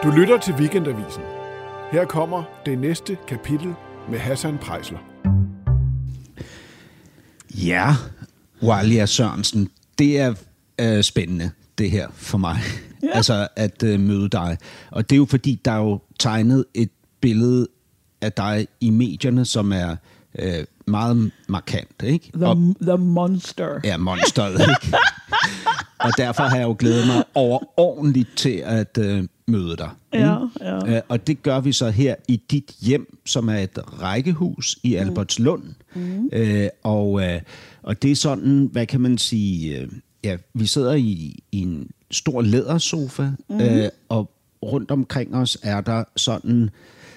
Du lytter til Weekendavisen. Her kommer det næste kapitel med Hassan Preisler. Ja, Walia Sørensen, det er spændende, det her for mig. Ja. Altså at møde dig. Og det er jo fordi, der er jo tegnet et billede af dig i medierne, som er meget markant, ikke? The monster. Ja, monsteret, ikke? Og derfor har jeg jo glædet mig overordentligt til at møde dig. Ja. Og det gør vi så her i dit hjem, som er et rækkehus i Albertslund. Og det er sådan, hvad kan man sige, vi sidder i en stor lædersofa, og rundt omkring os er der sådan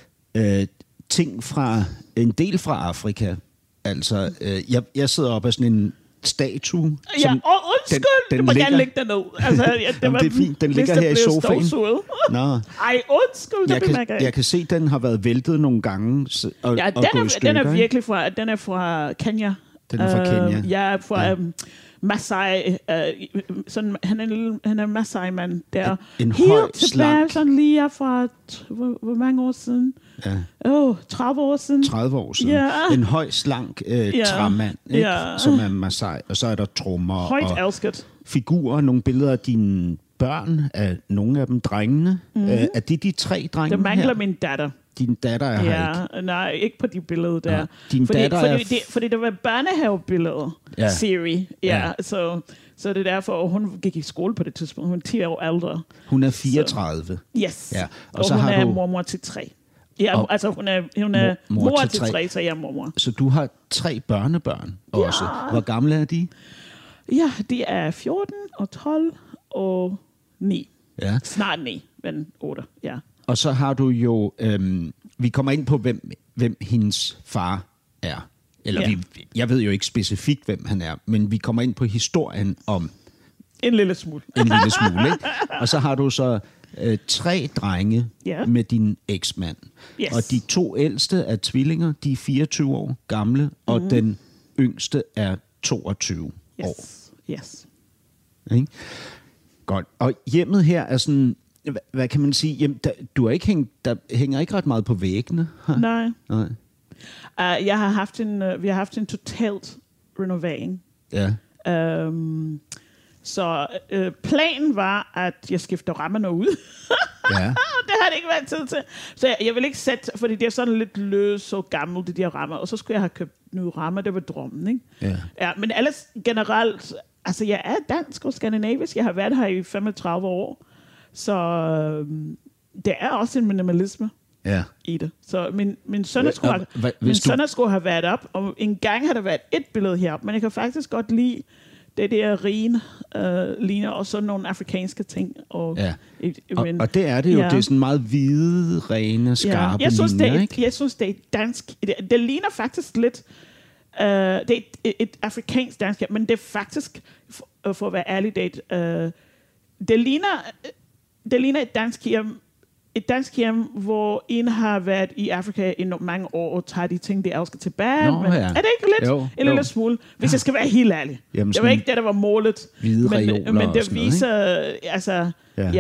ting fra en del fra Afrika. Altså, jeg sidder op af sådan en statue. Ja, undskyld, du må gerne lægge den ned. Altså, det er fint, den ligger her i sofaen. Nå. Ej, undskyld, jeg kan se, at den har været væltet nogle gange og gået i stykker. Den er virkelig fra Kenya. Den er fra Kenya. Ja, fra Masai. Sådan, han er Masai-mand der. En høj, slank. Sådan lige fra, hvor mange år siden? Ja. 30 år siden. 30 år siden. Ja. En høj, slank træmand, som er Masai. Og så er der trommer højt elsket. Figurer, nogle billeder af dine børn, af nogle af dem drengene. Er det de 3 drenge her? Det mangler min datter. Din datter er her ikke? Nej, ikke på de billeder der. Fordi der var børnehavebilleder, Siri. Ja. Så det er derfor, hun gik i skole på det tidspunkt. Hun er 10 år ældre. Hun er 34. Så, yes. Ja. Og så hun er mormor til 3. Ja, altså hun er mor til 3, så jeg er mormor. Så du har 3 børnebørn også. Hvor gamle er de? Ja, de er 14 og 12 og 9. Ja. Snart 9, men 8, ja. Og så har du jo, vi kommer ind på, hvem hendes far er. Eller jeg ved jo ikke specifikt, hvem han er, men vi kommer ind på historien om... En lille smule. Ikke? Og så har du så 3 drenge med din eksmand. Yes. Og de 2 ældste er tvillinger, de er 24 år gamle, og den yngste er 22 år. Yes. Ikke? Godt. Og hjemmet her er sådan... Hvad kan man sige? Jamen, der hænger ikke ret meget på væggene. Nej. Vi har haft en totalt renovering. Ja. Så planen var, at jeg skifter rammerne ud. Ja. Det har det ikke været tid til. Så jeg vil ikke sætte, fordi det er sådan lidt løs og gammel, de der rammer. Og så skulle jeg have købt nye rammer, det var drømmen, ikke? Ja, men ellers generelt, altså jeg er dansk og skandinavisk. Jeg har været her i 35 år. Så det er også en minimalisme i det. Så min sønner skulle have været op, og en gang har der været et billede heroppe, men jeg kan faktisk godt lide det der rige ligner og sådan nogle afrikanske ting. Og det er det jo. Det er sådan meget hvide, rene, skarpe linjer, ikke? Jeg synes, det er dansk. Det ligner faktisk lidt... det er et afrikansk dansk, men det er faktisk, for at være ærlig, det ligner et dansk hjem, hvor en har været i Afrika i mange år og tager de ting, de elsker tilbage. Er det ikke lidt? En lille smule. Hvis jeg skal være helt ærlig. Jamen, det var ikke det, der var målet. Men det viser...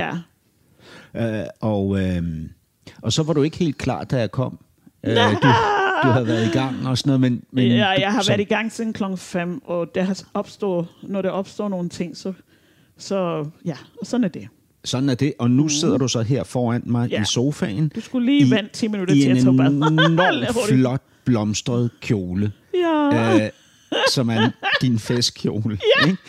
Og så var du ikke helt klar, da jeg kom. Du har været i gang og sådan noget, men jeg har været i gang siden klokken 5, og når der opstår nogle ting, så og sådan er det. Sådan er det, og nu sidder du så her foran mig i sofaen. Du skulle lige vente 10 minutter til at tage bad. I en enormt flot blomstret kjole, som er din festkjole. Ja. Ikke?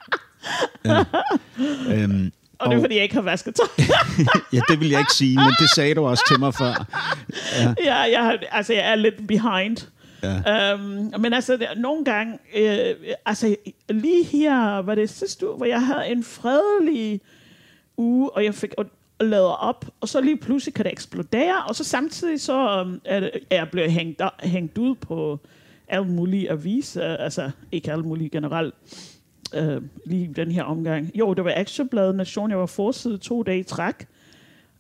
Og det er, fordi jeg ikke har vasket tøj. Ja, det vil jeg ikke sige, men det sagde du også til mig før. Jeg er lidt behind. Ja. Men altså, nogle gange, lige her var det sidste uge, hvor jeg havde en fredelig uge, og jeg fik lavet op, og så lige pludselig kan det eksplodere, og så samtidig så er jeg blevet hængt ud på alle mulige aviser, altså ikke alle mulige generelt, lige den her omgang. Jo, det var Ekstrabladet, Nation, jeg var forside 2 dage i træk,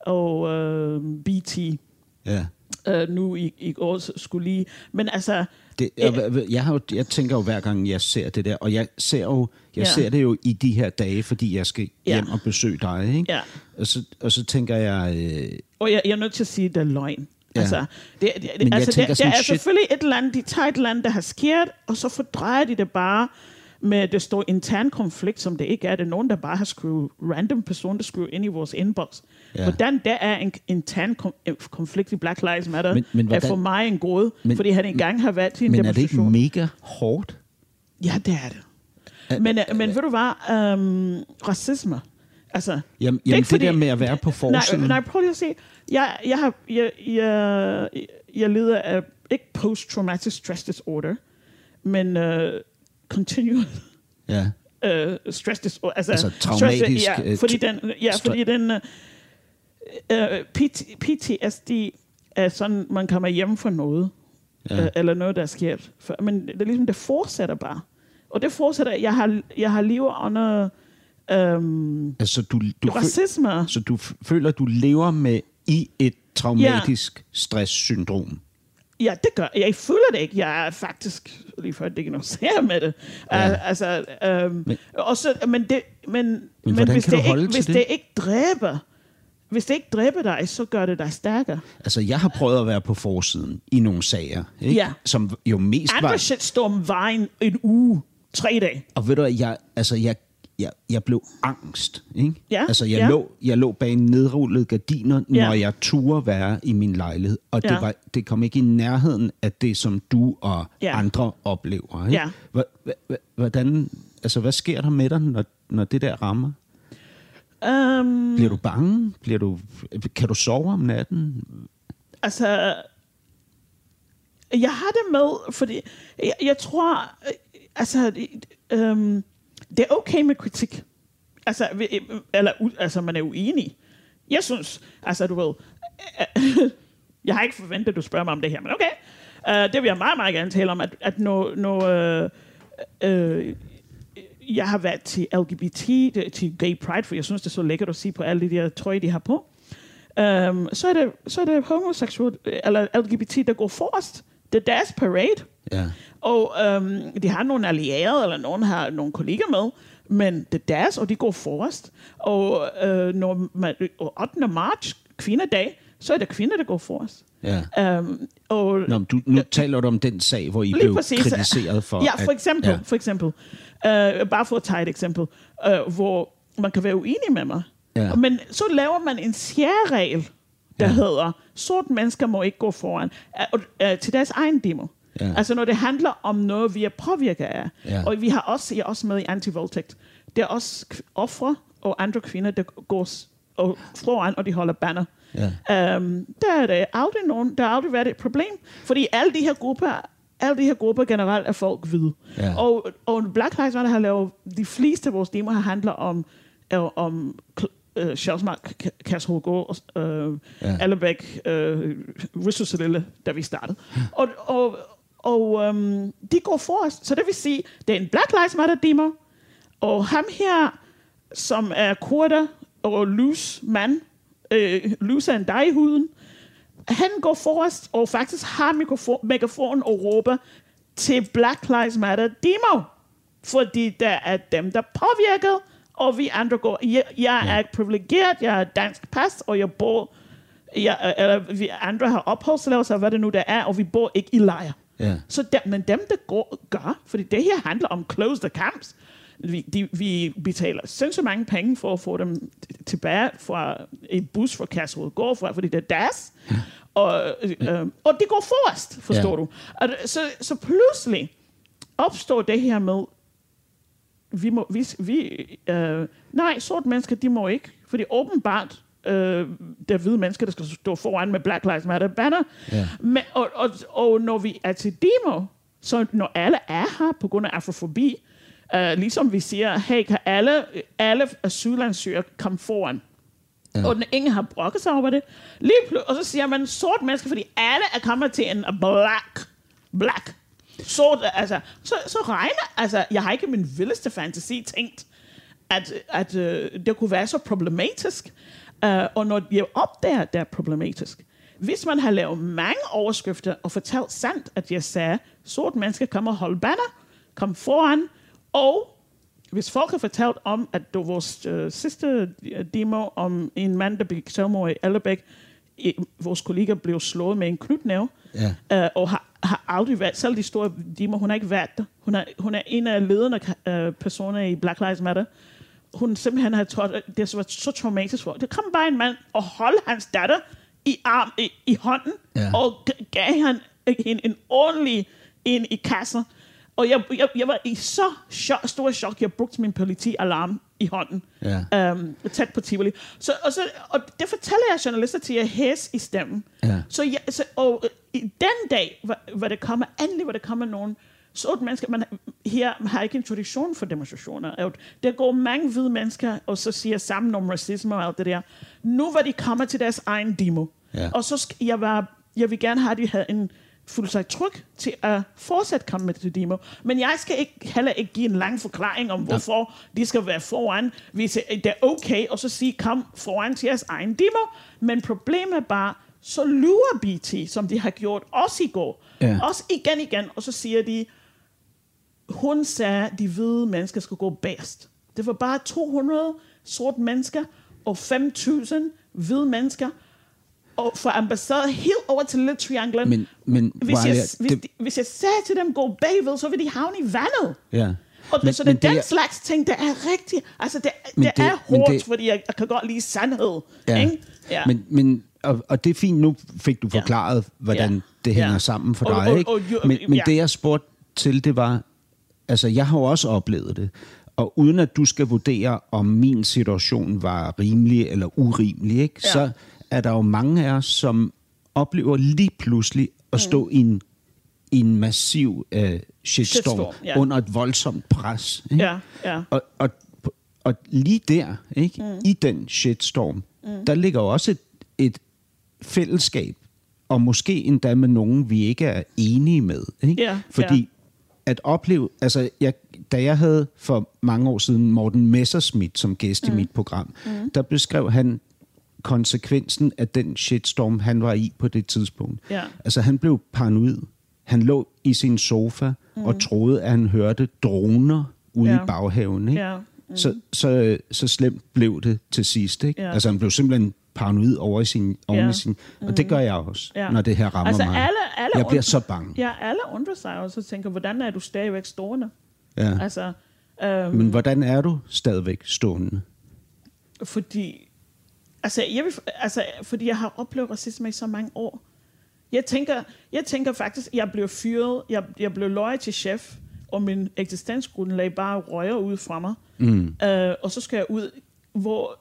og BT. Ja. Nu i år skulle lige... Men altså... Jeg tænker jo hver gang, jeg ser det der, og jeg ser det jo i de her dage, fordi jeg skal hjem og besøge dig, ikke? Ja. Og så tænker jeg... Og jeg er nødt til at sige, at det er løgn. Ja. Altså, det er selvfølgelig et land, de tager et land, der har skidt, og så fordrejer de det bare med, det står intern konflikt, som det ikke er. Det er nogen, der bare har skrevet, random person, der skriver ind i vores inbox. Ja. Hvordan der er en intern konflikt i Black Lives Matter, er for mig en gåde, fordi han engang har været til en demonstration. Men er det ikke mega hårdt? Ja, det er det. Men ved du hvad? Racisme. Altså, jamen det fordi, der med at være på forsiden. Nej, prøv lige at se. Jeg lider af ikke post-traumatic stress disorder, men continuous stress disorder. Altså traumatisk. Fordi den PTSD er sådan, man kommer hjem fra noget, eller noget, der er sket. Men det er ligesom, det fortsætter bare. Og det fortsætter, jeg har levet under altså racisme. Så du føler, du lever med i et traumatisk stresssyndrom? Ja, det gør jeg. Føler det ikke. Jeg er faktisk lige før diagnoseret med det. Men hvis det ikke dræber, hvis det ikke dræber dig, så gør det dig stærkere. Altså, jeg har prøvet at være på forsiden i nogle sager, ikke? Ja. Som jo mest var... Andre shitstorm var en uge, 3 dage. Og ved du, jeg blev angst, ikke? Ja, altså, jeg lå bag nedrullede gardiner, når jeg turde være i min lejlighed. Og det kom ikke i nærheden af det, som du og andre oplever. Ikke? Ja. Hvad sker der med dig, når det der rammer? Bliver du bange? Kan du sove om natten? Altså, jeg har det med, fordi jeg tror, det er okay med kritik. Altså, man er uenig. Jeg synes, du ved, jeg har ikke forventet, at du spørger mig om det her, men okay. Det vil jeg meget, meget gerne tale om, at når jeg har været til LGBT, til Gay Pride, for jeg synes, det er så lækkert at se på alle de der trøjer, de har på, så er det homoseksuelle, eller LGBT, der går forrest. Det er deres parade. Ja. Og de har nogle allierede, eller nogen har nogle kolleger med, men det er deres, og de går forrest. Og når 8. marts, kvindedag, så er det kvinder, der går forrest. Ja. Nu taler du om den sag, hvor I blev kritiseret for... Ja, for eksempel. Bare for at tage et eksempel, hvor man kan være uenig med mig. Ja. Men så laver man en særregel, der hedder, sorte mennesker må ikke gå foran til deres egen demo. Ja. Altså når det handler om noget, vi er påvirket af. Ja. Og jeg er også med i anti-voldtægt. Det er også ofre og andre kvinder, der går foran, og de holder banner. Ja. Der er det aldrig nogen, der har aldrig været et problem. Fordi alle de her grupper generelt er folk hvide. Ja. Og Black Lives Matter har lavet, de fleste af vores demoer har handler om Sjælsmark, Kærshovedgård, Allebæk, Rigsøselille, da vi startede. Og de går for os. Så det vil sige, det er en Black Lives Matter demo, og ham her, som er kurder og loose mand, loose en dig i huden, han går forrest og faktisk har megafonen og råber til Black Lives Matter demo, fordi der er dem, der påvirker, og vi andre går. Jeg er privilegeret, jeg har dansk pas, og jeg bor, vi andre har opholdstilladelse, hvad det nu der er, og vi bor ikke i lejre. Ja. Så men dem, der gør, fordi det her handler om close the camps. Vi betaler sindssygt mange penge for at få dem tilbage fra en bus fra Kærshovedgård, fordi det er deres. Ja. Og de går forrest, forstår du. Så pludselig opstår det her med, nej, sorte mennesker, de må ikke, fordi åbenbart, der er hvide mennesker, der skal stå foran med Black Lives Matter banner. Yeah. Men, og når vi er til demo, så når alle er her på grund af afrofobi, ligesom vi siger, hey, kan alle asylansøgere komme foran? Yeah. Og ingen har brokket sig over det. Og så siger man sorte mennesker, fordi alle er kommet til en black. Så regner, jeg har ikke min vildeste fantasi tænkt, at det kunne være så problematisk. Og når jeg opdager, at det er problematisk, hvis man har lavet mange overskrifter og fortalt sandt, at jeg sagde, sort mennesker kommer og holde banner, kom foran, og hvis folk har fortalt om, at det var vores sidste demo om en mand, der begik selvmord i Ellebæk, vores kollega blev slået med en knytnæve, og har aldrig været, selv de store demo, hun har ikke været der. Hun er en af ledende personer i Black Lives Matter. Hun simpelthen har troet, at det var så traumatisk for. Det kom bare en mand og holdt hans datter i hånden, og gav han en ordentlig en i kasser. Og jeg var i så stor chok, jeg brugte min politialarm i hånden, tæt på Tivoli. Og det fortæller jeg journalister til at hæse i stemmen. Og i den dag, hvor det kommer nogen sorte mennesker, man har ikke en tradition for demonstrationer. Der går mange hvide mennesker, og så siger sammen om racisme og alt det der. Nu var de kommet til deres egen demo. Og så jeg vil gerne have, at de havde en fuldt sig tryg til at fortsætte komme med til demo. Men jeg skal heller ikke give en lang forklaring om, hvorfor de skal være foran, hvis det er okay, og så sige, kom foran til jeres egen demo. Men problemet er bare, så lurer BT, som de har gjort også i går, også igen, og så siger de, hun sagde, at de hvide mennesker skulle gå bedst. Det var bare 200 sorte mennesker og 5.000 hvide mennesker, og fra ambassaden helt over til Little Triangle. Men hvis jeg sagde til dem, gå bagved, så vil de havne i vandet. Ja. Og så det er den slags ting, der er rigtigt. Altså, det er hårdt, fordi jeg kan godt lide sandhed. Ja. Ikke? Ja. Men og det er fint, nu fik du forklaret, hvordan det hænger sammen for dig. Ikke? Men det, jeg spurgte til, det var, altså, jeg har jo også oplevet det. Og uden at du skal vurdere, om min situation var rimelig eller urimelig, ikke? Så er der jo mange af os, som oplever lige pludselig at stå i en massiv shitstorm under et voldsomt pres. Ikke? Og lige der, ikke? I den shitstorm, der ligger jo også et fællesskab, og måske endda med nogen, vi ikke er enige med. Ikke? Fordi at opleve, altså da jeg havde for mange år siden Morten Messerschmidt som gæst i mit program, der beskrev han konsekvensen af den shitstorm, han var i på det tidspunkt. Altså, han blev paranoid. Han lå i sin sofa og troede, at han hørte droner ude i baghaven. Ikke? Så slemt blev det til sidst. Ikke? Altså, han blev simpelthen paranoid over i sin... Og det gør jeg også, når det her rammer altså, mig. Jeg bliver så bange. Ja, alle undrer sig også og tænker, hvordan er du stadigvæk stående? Altså, men hvordan er du stadigvæk stående? Fordi fordi jeg har oplevet racisme i så mange år. Jeg tænker faktisk, jeg blev fyret, jeg blev løjet til chef, og min eksistensgrundlag bare røger ud fra mig. Og så skal jeg ud, hvor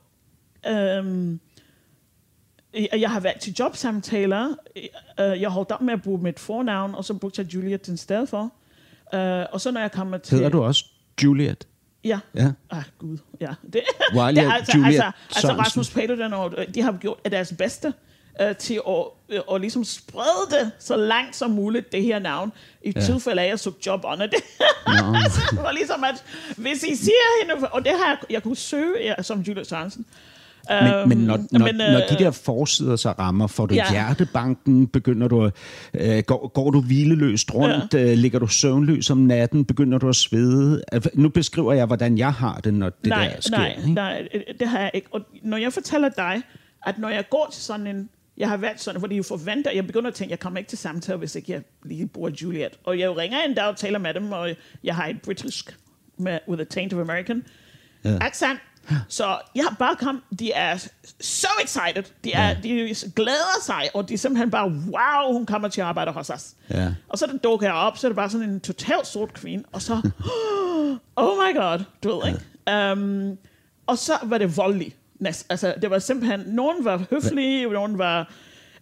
jeg har været til jobsamtaler. Jeg holdt op med at bruge mit fornavn, og så brugte jeg Juliet i stedet for. Og så når jeg kommer til... Hedder du også Juliet? Ja. Gud. Ja. Det altså Rasmus Paludan, og de har gjort deres bedste til at ligesom sprede det så langt som muligt, det her navn, i tilfælde af, at jeg så job under det. Altså, det var ligesom, at hvis I siger hende, og det har jeg kunne søge som Juliet Sørensen. Men når de der forsider så rammer, får du hjertebanken, begynder du går du hvileløst rundt, ligger du søvnløs om natten, begynder du at svede? Nu beskriver jeg, hvordan jeg har det, når det der sker. Nej, det har jeg ikke. Og når jeg fortæller dig, at når jeg går til sådan en, jeg har været sådan, hvor de jo forventer, jeg begynder at tænke, jeg kommer ikke til samtale, hvis ikke jeg lige bruger Juliet. Og jeg ringer en dag og taler med dem, og jeg har et britisk with a taint of American accent. Så jeg har bare kommet, de er so excited, de glæder sig, og de er simpelthen bare, wow, hun kommer til at arbejde hos os. Og så dukker jeg op, så er det bare sådan en totalt sort kvinde, og så, oh my god, du ved ikke. Og så var det voldeligt. Altså, det var simpelthen, nogen var høflige, nogen var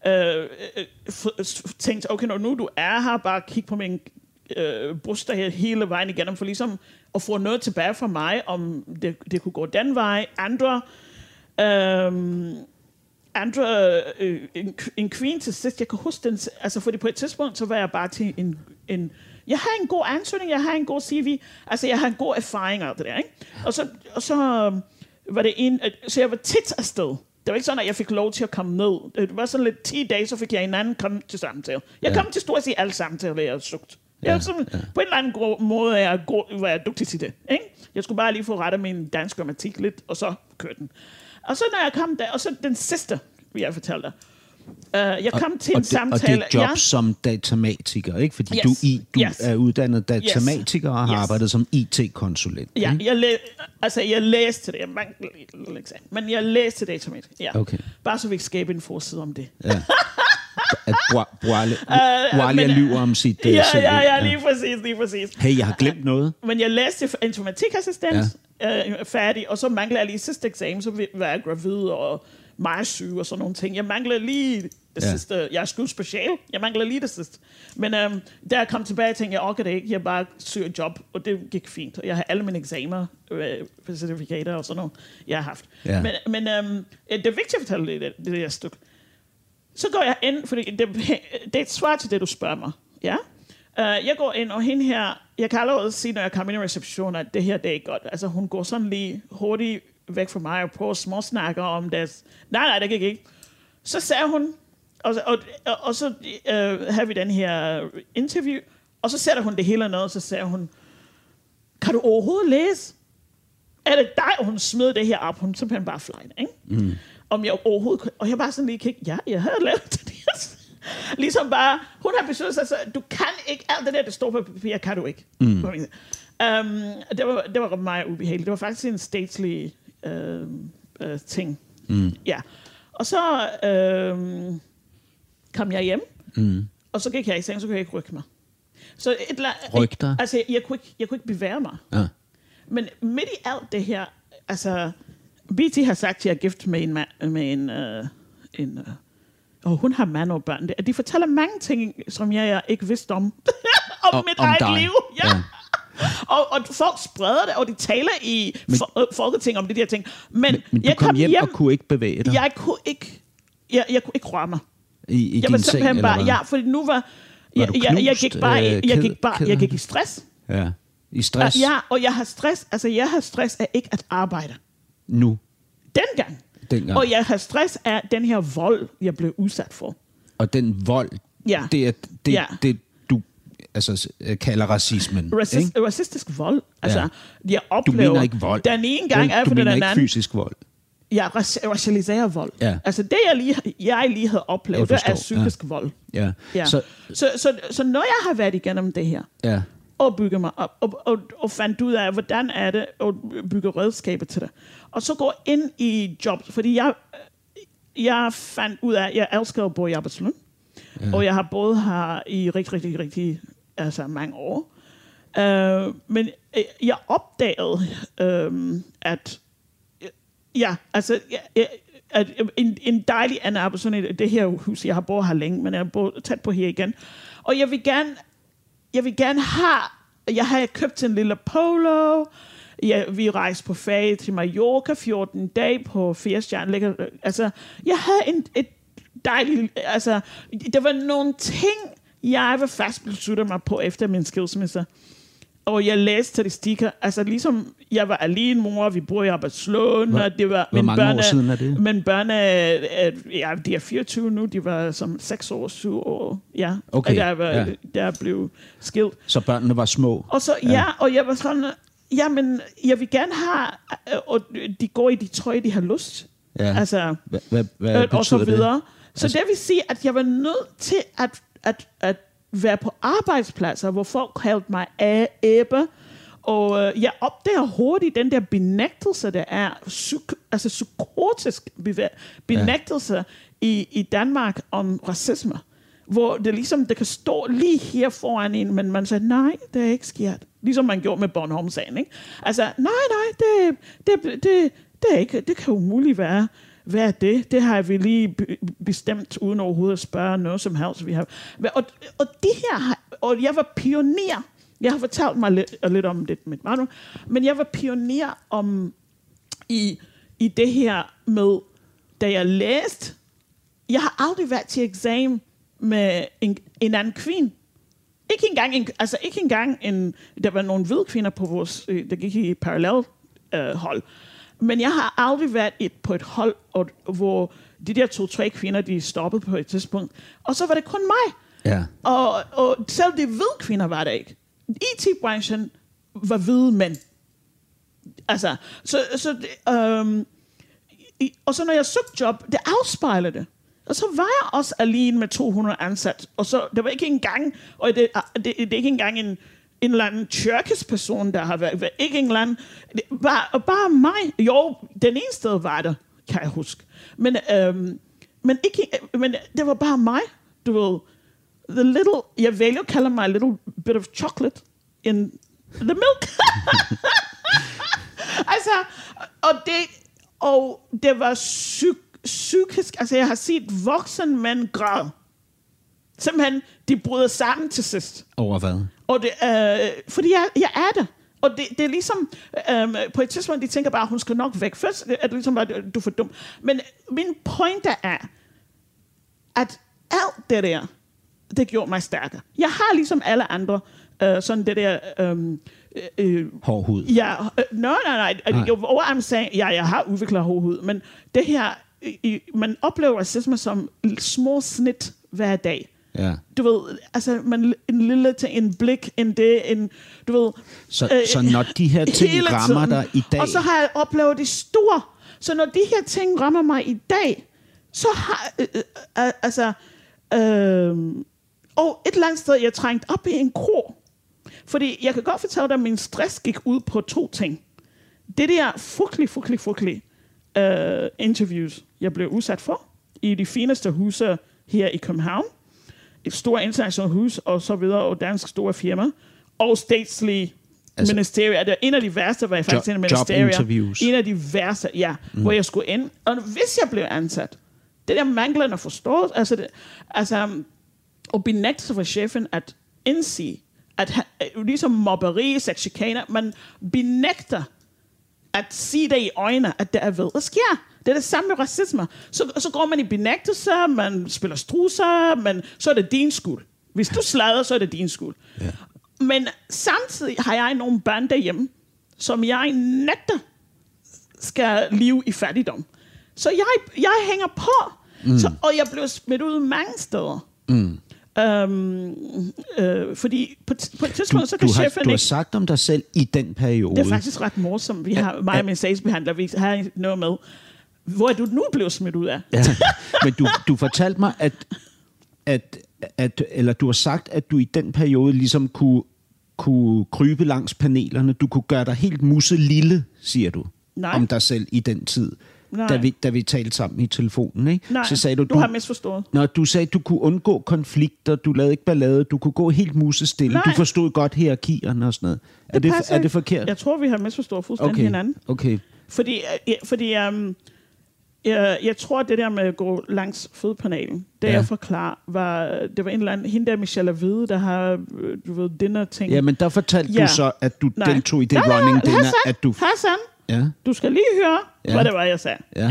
tænkt, okay, når nu du er her, bare kig på min bryster her hele vejen igennem, for ligesom at få noget tilbage fra mig, om det kunne gå den vej. En kvinde til sidst, jeg kan huske den, altså fordi på et tidspunkt, så var jeg bare til en jeg har en god ansøgning, jeg har en god CV, altså jeg har en god erfaring af det der, ikke? Og så var det så jeg var tit afsted var ikke sådan, at jeg fik lov til at komme ned. Det var sådan lidt 10 dage, så fik jeg en anden komme til samtale. Jeg kom til stort set alle samtaler, jeg havde sugt. På en eller anden måde var jeg dygtig til det. Ikke? Jeg skulle bare lige få rettet min dansk grammatik lidt, og så kørte den. Og så når jeg kom der, og så den sidste, vil jeg fortælle dig. Jeg kom til en samtale... Og det er job som datamatiker, ikke? Fordi du er uddannet datamatiker og har arbejdet som IT-konsulent. Ja, jeg læste det. Men jeg læste datamatiker. Ja. Okay. Bare så vi ikke skabe en forside om det. Ja. At Boalia lyver om sit selv. Ja, lige præcis. Hey, jeg har glemt noget. Men jeg læste informatikassistent færdig, og så manglede jeg lige sidste eksamen, så var jeg gravid og meget syg og sådan nogle ting. Jeg manglede lige det sidste. Jeg er sgu special. Jeg manglede lige det sidste. Men da jeg kom tilbage, tænkte jeg, orker det ikke. Jeg bare søger job, og det gik fint. Jeg har alle mine eksamener, certifikater og sådan noget, jeg har haft. Ja. Men det er vigtigt at fortælle det der stykke. Så går jeg ind, fordi det er et svar til det, du spørger mig. Ja? Jeg går ind, og hende her, jeg kan allerede sige, når jeg kommer ind i receptionen, at det her, det er ikke godt. Altså, hun går sådan lige hurtigt væk fra mig og prøver at småsnakke om det. Nej, det gik ikke. Så sagde hun, og så havde vi den her interview, og så sætter hun det hele ned, og så sagde hun, kan du overhovedet læse? Er det dig? Og hun smed det her op. Hun simpelthen bare fløjt, ikke? Mm. Om jeg overhovedet... Og jeg bare sådan lige kigge, jeg havde lavet det. Ligesom bare... Hun har besluttet sig, så du kan ikke... Alt det der, det står på papir, kan du ikke. Mm. Det var meget ubehageligt. Det var faktisk en statelig ting. Mm. Ja. Og så kom jeg hjem, og så gik jeg i seng, så kunne jeg ikke rykke mig. Så ryk dig? Altså, jeg kunne ikke bevæge mig. Ja. Men midt i alt det her... Altså... BT har sagt, at jeg er gift med en og hun har mand og børn. De fortæller mange ting, som jeg ikke vidste om. om mit eget liv. Ja. Og folk spreder det, og de taler i folketing om det der ting. Men du jeg kom hjem og kunne ikke bevæge dig? Jeg kunne ikke røre mig. I din seng, bare, ja, fordi nu var... Jeg gik i stress. Ja, i stress? Ja, og jeg har stress. Altså, jeg har stress af ikke at arbejde. Nu? Dengang. Og jeg har stress af den her vold, jeg blev udsat for. Og den vold, det er det, du kalder racismen, ikke? Racistisk vold. Altså, jeg oplever... Du mener ikke vold. Den ene gang du mener ikke fysisk vold. Ja, racialiseret vold. Ja. Altså, det jeg lige havde oplevet, det er psykisk vold. Ja. Ja. Så når jeg har været igennem det her... Ja. Og bygge mig op, og fandt ud af, hvordan er det at bygge redskaber til det. Og så gå ind i job, fordi jeg fandt ud af, at jeg elsker at bo i Albertslund, og jeg har boet her i rigtig mange år. Men jeg opdagede, at en dejlig anden Albertslund, det her hus, jeg har boet her længe, men jeg har boet tæt på her igen, og jeg vil gerne have... Jeg har købt en lille Polo. Vi rejste på ferie til Mallorca 14 dage på 4 stjerner. Altså, jeg havde et dejligt... Altså, der var nogle ting, jeg var fast besluttet mig på efter min skilsmisse. Og jeg læste statistikker. Altså, ligesom jeg var alene mor, vi bor i Albertslund, og det var... Hvor mange år siden er det? Mine børn de er 24 nu, de var som 6 år, 7 år. Ja, okay. Der blev skilt. Så børnene var små? Og så, og jeg var sådan... Jamen, jeg vil gerne have... Og de går i de trøje, de har lyst. Ja. Altså, hvad betyder og så videre. Det? Så det vil sige, at jeg var nødt til at være på arbejdspladser, hvor folk kaldte mig æbe, og jeg opdager hurtigt den der benægtelse, der er, psykotisk benægtelse i Danmark om racisme, hvor det ligesom, det kan stå lige her foran en, men man siger, nej, det er ikke sket. Ligesom man gjorde med Bornholm-sagen, ikke? Altså, nej, det er ikke, det kan umuligt være. Hvad er det? Det har vi lige bestemt, uden overhovedet at spørge noget som helst. Vi har. Og det her, og jeg var pioner. Jeg har fortalt mig lidt om det med Manu, men jeg var pioner om i det her med, da jeg læste. Jeg har aldrig været til eksamen med en anden kvinde. Ikke engang der var nogle hvide kvinder på vores, der gik i parallel hold. Men jeg har aldrig været på et hold, hvor de der 2-3 kvinder, de stoppede på et tidspunkt. Og så var det kun mig. Ja. Og selv de hvide kvinder var der ikke. IT-branchen var hvide mænd. Altså, og så når jeg søgte job, det afspejler det. Og så var jeg også alene med 200 ansat. Og så, det var ikke engang, og det er ikke engang en eller anden tyrkisk person, der har været, ikke en eller anden, bare mig. Jo, den ene sted var det, kan jeg huske. Men det var bare mig, du ved. Jeg vælger at kalde mig a little bit of chocolate in the milk. Altså, og det var psykisk, altså jeg har set voksen mænd græde. Simpelthen, de bryder sammen til sidst. Over hvad? Og det, fordi jeg er det. Og det er ligesom, på et tidspunkt, de tænker bare, hun skal nok væk. Først er det ligesom bare, du er for dum. Men min pointe er, at alt det der, det gjorde mig stærkere. Jeg har ligesom alle andre, sådan det der... hård hud. Ja, nej. What I'm saying, jeg har udviklet hård hud, men det her, man oplever racisme som små snit hver dag. Ja. Du ved, altså en lille ting, en blik, du ved... Så når de her ting rammer dig i dag... Og så har jeg oplevet det store. Så når de her ting rammer mig i dag, så har... og et eller andet sted, jeg trængt op i en krog. Fordi jeg kan godt fortælle dig, at min stress gik ud på 2 ting. Det der frygtelige interviews, jeg blev udsat for, i de fineste huse her i København, et stort internationalt hus, og så videre, og dansk store firma, og statslige ministerier. Det er en af de værste, var jeg faktisk en ministerier. En af de værste, ja, hvor jeg skulle ind. Og hvis jeg blev ansat, det der manglende forståelse, og benægtelse for chefen at indse, at ligesom mobberi, sexchikane, man benægter at sige det i øjnene, at det er ved at ske. Det er det samme med racisme. Så går man i benægtelse, man spiller strusser, men så er det din skyld. Hvis du sladrer, så er det din skyld. Yeah. Men samtidig har jeg nogle børn derhjemme, som jeg nægter skal leve i fattigdom. Så jeg hænger på, og jeg blev smidt ud mange steder. Fordi på et tidspunkt, så kan chefen ikke... Du har sagt om dig selv i den periode. Det er faktisk ret morsomt. Vi har mig og min sagsbehandler, vi har noget med. Hvor er du nu blevet smidt ud af? Ja. Men du fortalte mig, eller du har sagt, at du i den periode ligesom kunne krybe langs panelerne. Du kunne gøre dig helt muselille, siger du, om dig selv i den tid. Da vi talte sammen i telefonen, ikke? Nej, så sagde du har misforstået. Når du sagde, at du kunne undgå konflikter, du lavede ikke ballade, du kunne gå helt musestille, du forstod godt hierarkierne og sådan noget. Er det forkert? Jeg tror, vi har misforstået fuldstændig hinanden. Okay. Fordi jeg tror, at det der med at gå langs fødepanelen, det jeg forklarer, det var en eller anden, hende der Michelle Hvide, der har, du ved, dinner-ting. Ja, men der fortalte du så, at du deltog i det running dinner, at du... Hassan, du skal lige høre, hvad det var, jeg sagde. Ja.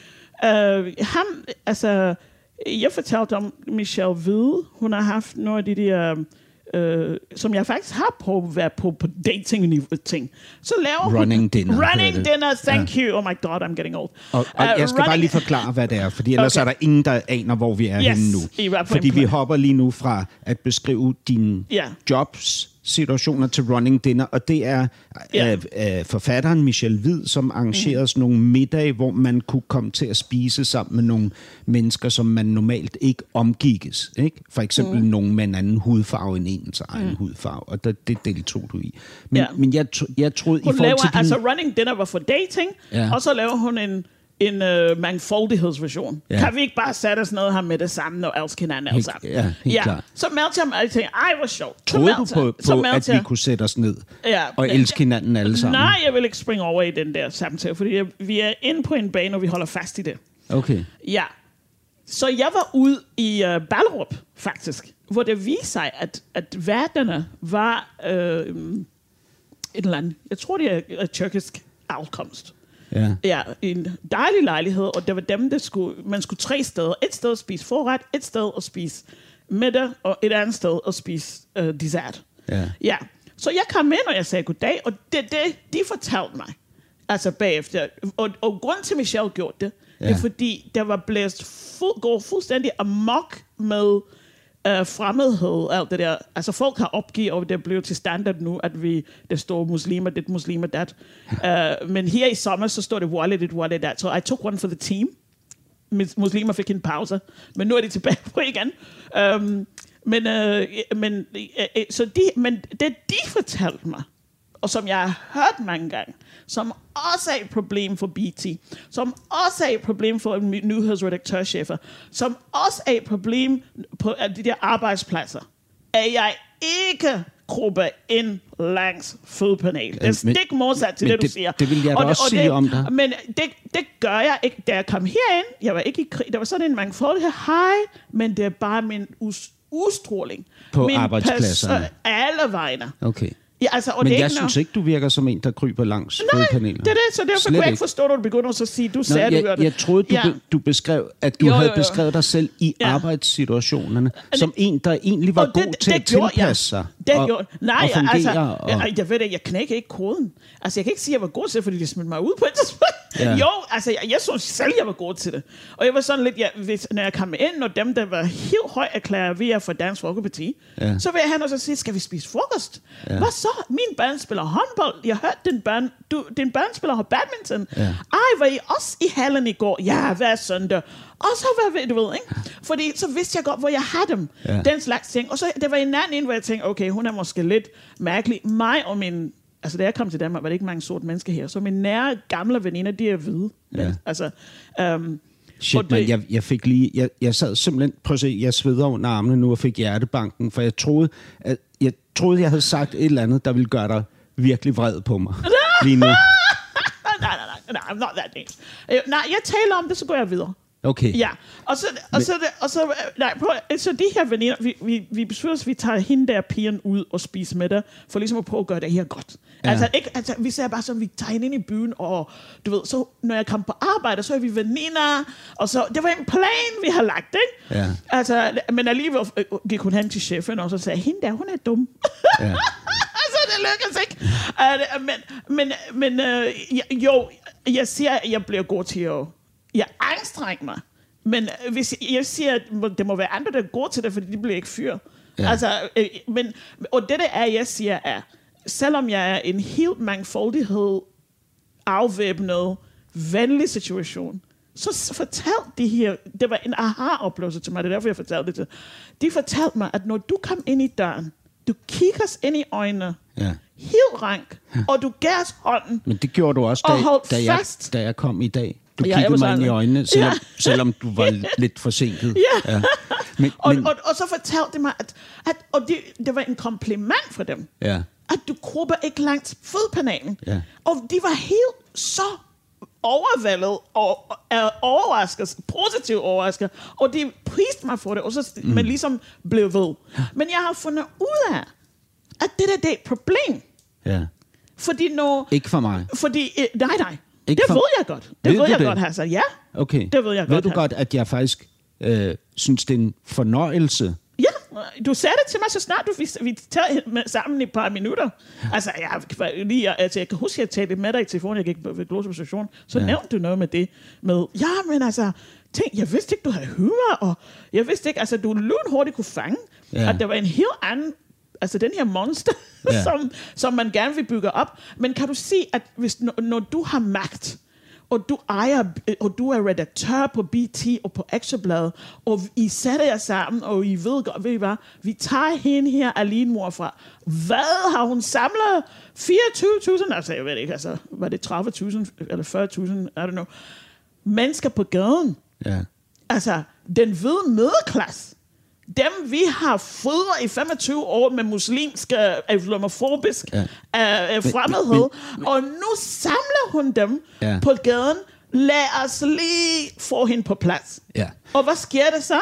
Jeg fortalte om Michelle Hvide, hun har haft nogle af de der... som jeg faktisk har været på dating-ting. Så laver running dinner. Running dinner, thank you. Oh my god, I'm getting old. Og jeg skal bare lige forklare, hvad det er, fordi ellers er der ingen, der aner, hvor vi er henne nu. Fordi vi hopper lige nu fra at beskrive dine jobs, situationer til running dinner, og det er forfatteren Michelle Hvid, som arrangerede sådan nogle middage, hvor man kunne komme til at spise sammen med nogle mennesker, som man normalt ikke omgikkes. Ikke? For eksempel nogen med en anden hudfarve end ens egen hudfarve, og det deltog du i. Men jeg troede... Hun laver, running dinner var for dating, og så laver hun en mangfoldighedsversion. Ja. Kan vi ikke bare sætte os ned her med det samme og elske hinanden alle sammen? Helt klart. Så meldte jeg mig, og jeg tænkte, hvor sjovt. Troede du på at vi kunne sætte os ned og elske hinanden alle sammen? Nej, jeg vil ikke springe over i den der samtale, fordi vi er inde på en bane, og vi holder fast i det. Okay. Ja. Så jeg var ude i Ballerup, faktisk, hvor det viste sig, at værterne var et eller andet, jeg tror, det er tyrkisk afkomst. Ja, en dejlig lejlighed, og det var dem, man skulle 3 steder. Et sted at spise forret, et sted at spise middag, og et andet sted at spise dessert. Ja. Så jeg kom ind, og jeg sagde goddag, og de fortalte mig, Altså bagefter. Og grunden til, at Michelle gjorde det, det er fordi, der var blæst går fuldstændig amok med fremmedhed, alt det der. Altså folk har opgivet, og det blev til standard nu, at der står muslimer, det muslimer, dat. Men her i sommer, så står det wallet, dat. Så I took one for the team. Muslimer fik en pause, men nu er de tilbage på igen. Men det de fortalte mig, og som jeg har hørt mange gange, som også er et problem for BT, som også er et problem for nyhedsredaktørchefer, som også er et problem på de der arbejdspladser, at jeg ikke krubber ind langs fodpanel. Det er stik modsat til det, du siger. Det vil jeg da også sige om dig. Men det gør jeg ikke. Da jeg kom herind, jeg var ikke i krig, der var sådan en mangfoldighed, men det er bare min udstråling. På arbejdspladserne? Alle vegne. Okay. Ja, altså, men jeg synes ikke, du virker som en, der kryber langs fodpaneler. Det er det, så derfor kunne jeg ikke forstå, at du begynder at sige, du sagde, du gør det. Jeg troede, du beskrev, at du havde beskrevet dig selv i arbejdssituationerne, som en, der egentlig var god til at tilpasse sig og fungere. Jeg ved det, jeg knækker ikke koden. Altså, jeg kan ikke sige, at jeg var god til det, fordi de smidt mig ud på et tidspunkt. Jo, altså, jeg synes selv, jeg var god til det. Og jeg var sådan lidt, når jeg kom ind, og dem, der var helt højt erklæret ved at få Dansk Folkeparti, så vil jeg hen og så sige, skal vi spise frokost? Hvad så? Min barn spiller håndbold. Jeg hørte, din barn spiller badminton. Var I også i hallen i går? Ja, hver søndag. Og så var du ved, ikke? Fordi så vidste jeg godt, hvor jeg havde dem. Den slags ting. Og så der var en anden, hvor jeg tænkte, okay, hun er måske lidt mærkelig. Mig og min... Altså, da jeg kom til Danmark, var det ikke mange sorte mennesker her. Så mine nære, gamle veninder, de er hvide. Altså... Shit, man, jeg fik lige... Jeg sad simpelthen... Prøv at se, jeg sveder under armene nu og fik hjertebanken, for jeg troede, jeg havde sagt et eller andet, der ville gøre dig virkelig vred på mig. Lige nu. Nej, I'm not that dangerous. Nej, jeg taler om det, så går jeg videre. Okay. Ja, så de her veninder, vi beslutter, at vi tager hende der pigen ud og spiser med dig, for ligesom at prøve at gøre det her godt. Altså, vi ser bare sådan, vi tager hende ind i byen, og du ved, så når jeg kom på arbejde, så er vi veninder, og så, det var en plan, vi har lagt, ikke? Ja. Altså, men alligevel gik hun hen til chefen, og så sagde, hende der, hun er dum. Ja. Altså, det lykkes ikke. Men jeg siger, at jeg bliver god til at... Jeg anstrenger mig. Men hvis jeg siger, at det må være andre, der går til det, fordi de bliver ikke fyret. Ja. Altså, og det er, jeg siger, er, selvom jeg er en helt mangfoldighed, afvæbnet, venlig situation, så fortalte de her, det var en aha-oplevelse til mig, det er derfor, jeg fortalte det til. De fortalte mig, at når du kom ind i døren, du kigger os ind i øjnene, helt rank, og du gav os hånden. Men det gjorde du også, da jeg kom i dag. Du kiggede mig ind i øjnene, selvom du var lidt forsinket. Ja. Og så fortalte de mig, at det var en kompliment for dem. Ja. At du krubber ikke langs fodpanelen. Ja. Og de var helt så overvældet og overrasket, positivt overrasket. Og de priste mig for det, og så man ligesom blev ved. Men jeg har fundet ud af, at det er et problem. Ja. Fordi når... Ikke for mig. Fordi, nej. Det ved jeg godt. Det ved jeg godt, Hassan. Ja, okay. Det ved jeg godt. Ved du godt, at jeg faktisk synes, det er en fornøjelse? Ja, du sagde det til mig så snart, vi tager sammen i et par minutter. Altså, jeg kan huske, at jeg talte med dig i telefonen, jeg gik ved Glostrup Station, så nævnte du noget med det. Men altså, jeg vidste ikke, du havde humor, og jeg vidste ikke, altså, du lynhurtigt kunne fange, at der var en helt anden, altså den her monster, som man gerne vil bygge op. Men kan du sige, at når du har magt, og du ejer, og du er redaktør på BT og på Ekstrabladet, og I sætter jer sammen, og I ved godt, ved I hvad, vi tager hende her Aline mor fra. Hvad har hun samlet? 24.000? Altså, jeg ved ikke, altså, var det 30.000 eller 40.000? I don't know. Mennesker på gaden. Ja. Altså, den hvide middelklasse. Dem, vi har fodret i 25 år med muslimsk, islamofobisk fremmedhed, og nu samler hun dem på gaden. Lad os lige få hende på plads. Ja. Og hvad sker der så?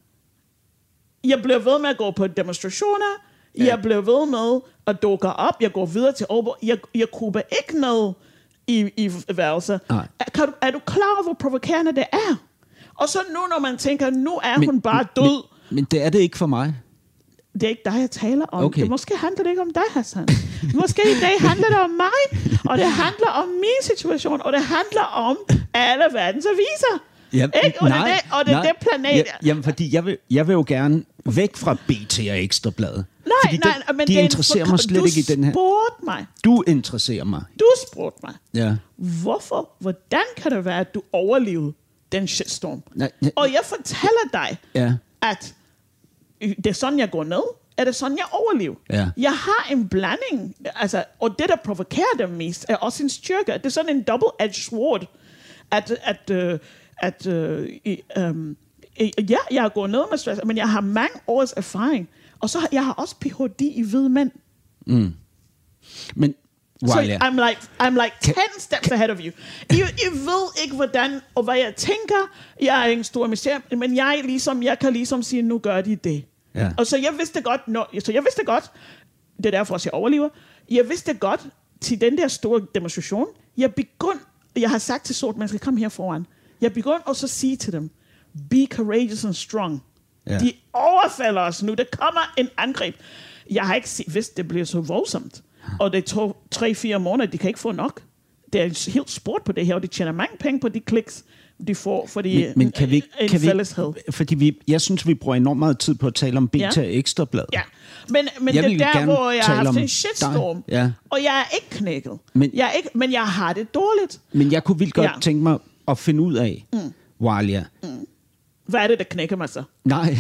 Jeg bliver ved med at gå på demonstrationer. Jeg bliver ved med at dukke op. Jeg går videre til Aalborg. Jeg kubber ikke noget i værelser. Er du klar over, hvor provokerende det er? Og så nu, når man tænker, nu er hun bare død. Men det er det ikke for mig. det er ikke dig, jeg taler om. Okay. Måske handler det ikke om dig, Hassan. Måske i dag handler det om mig, og det handler om min situation, og det handler om alle verdens aviser. Ja, ikke? Og det er det planet. Ja, jamen, fordi jeg vil jo gerne væk fra BT og Ekstrabladet. Nej, men de interesserer mig slet ikke i den her. Du spurgte mig. Du interesserer mig. Du spurgte mig. Ja. Hvordan kan det være, at du overlevede den shitstorm? Nej. Og jeg fortæller dig, at det er sådan, jeg går ned. Er det sådan, jeg overlever? Ja. Jeg har en blanding, altså, og det, der provokerer dem mest, er også en styrke. Det er sådan en double-edged sword, jeg går ned med stress, men jeg har mange års erfaring, og så jeg har også Ph.D. i hvide mænd. Men so I'm like 10 steps ahead of you. I ved ikke, hvordan og hvad jeg tænker. Jeg er ikke en stor mysterium, men jeg kan ligesom sige, nu gør de det. Ja. Og så jeg vidste godt, det er derfor også, jeg overlever. Jeg vidste godt, til den der store demonstration, jeg har sagt til sort mennesker, kom her foran. Jeg begyndte også at sige til dem, be courageous and strong. Ja. De overfalder os nu. Der kommer en angreb. Jeg har ikke vidst, det bliver så voldsomt. Og det tog 3-4 måneder, de kan ikke få nok. Det er helt sport på det her, og de tjener mange penge på de kliks, de får, fordi men kan vi fælleshed. Fordi jeg synes, vi bruger enormt meget tid på at tale om BT og Ekstrabladet. Ja, men det er der, hvor jeg har haft en shitstorm, og jeg er ikke knækket. Men jeg har det dårligt. Men jeg kunne vildt godt tænke mig at finde ud af, Walia. Hvad er det, der knækker mig så? Nej.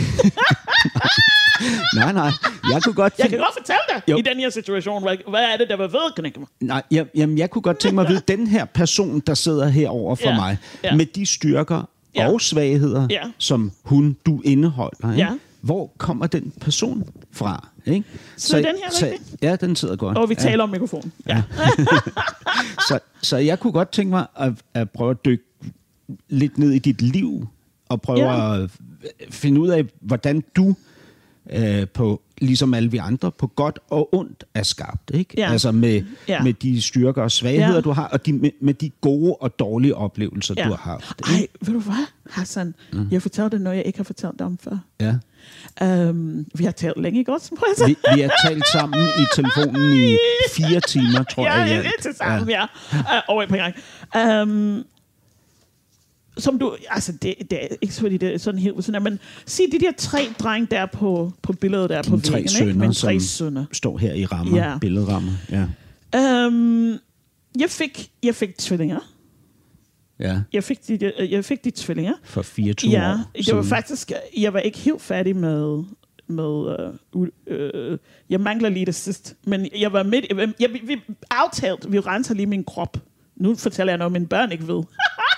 Nej. Jeg kan godt fortælle dig i den her situation, hvad er det, der var ved at knække mig? Nej, jamen, jeg kunne godt tænke mig at vide, den her person, der sidder herovre for mig, med de styrker og svagheder, som du indeholder, ikke? Hvor kommer den person fra? Ikke? Så den her rigtigt? Ja, den sidder godt. Og vi taler om mikrofonen. Ja. så jeg kunne godt tænke mig at prøve at dykke lidt ned i dit liv, og prøve at finde ud af, hvordan du på, ligesom alle vi andre, på godt og ondt er skabt, ikke? Ja. Altså med de styrker og svagheder, du har, og med de gode og dårlige oplevelser, du har haft. Ej, ved du hvad, Hassan? Jeg fortæller dig noget, jeg ikke har fortalt dig om før. Ja. Vi har talt længe, ikke også? Vi har talt sammen i telefonen i 4 timer, tror jeg. Ja, det er til sammen, over på en gang. Som du, altså det er ikke fordi det er sådan helt sådan, men sig de der 3 drenge der på billedet der på væggen, ikke? Men 3 sønner står her i rammer, billedrammer. Ja. Jeg fik tvillinger. Ja. Jeg fik de tvillinger for 24 år. Det var faktisk, jeg var ikke helt færdig med jeg mangler lige det sidst, men jeg var midt. Vi aftalte, vi renser lige min krop. Nu fortæller jeg noget, mine børn ikke ved.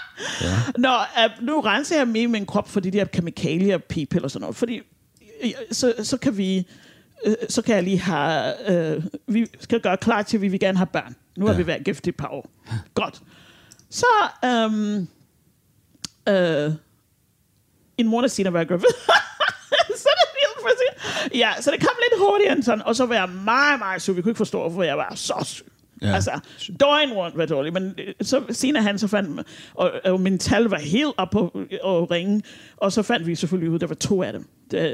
Nu renser jeg med min krop for de der kemikalier, p-piller og sådan noget, fordi så kan jeg lige have, vi skal gøre klar til, at vi vil gerne have børn. Nu har vi været gift i et par år. Godt. Så en måned senere var jeg gravid. Så det kom lidt hurtigere end sådan, og så var jeg meget, meget syg. Vi kunne ikke forstå, hvorfor jeg var så syg. Ja. Altså, døgn rundt var dårligt, men så senere han så fandt, og min tal var helt op på at ringe, og så fandt vi selvfølgelig ud, der var 2 af dem.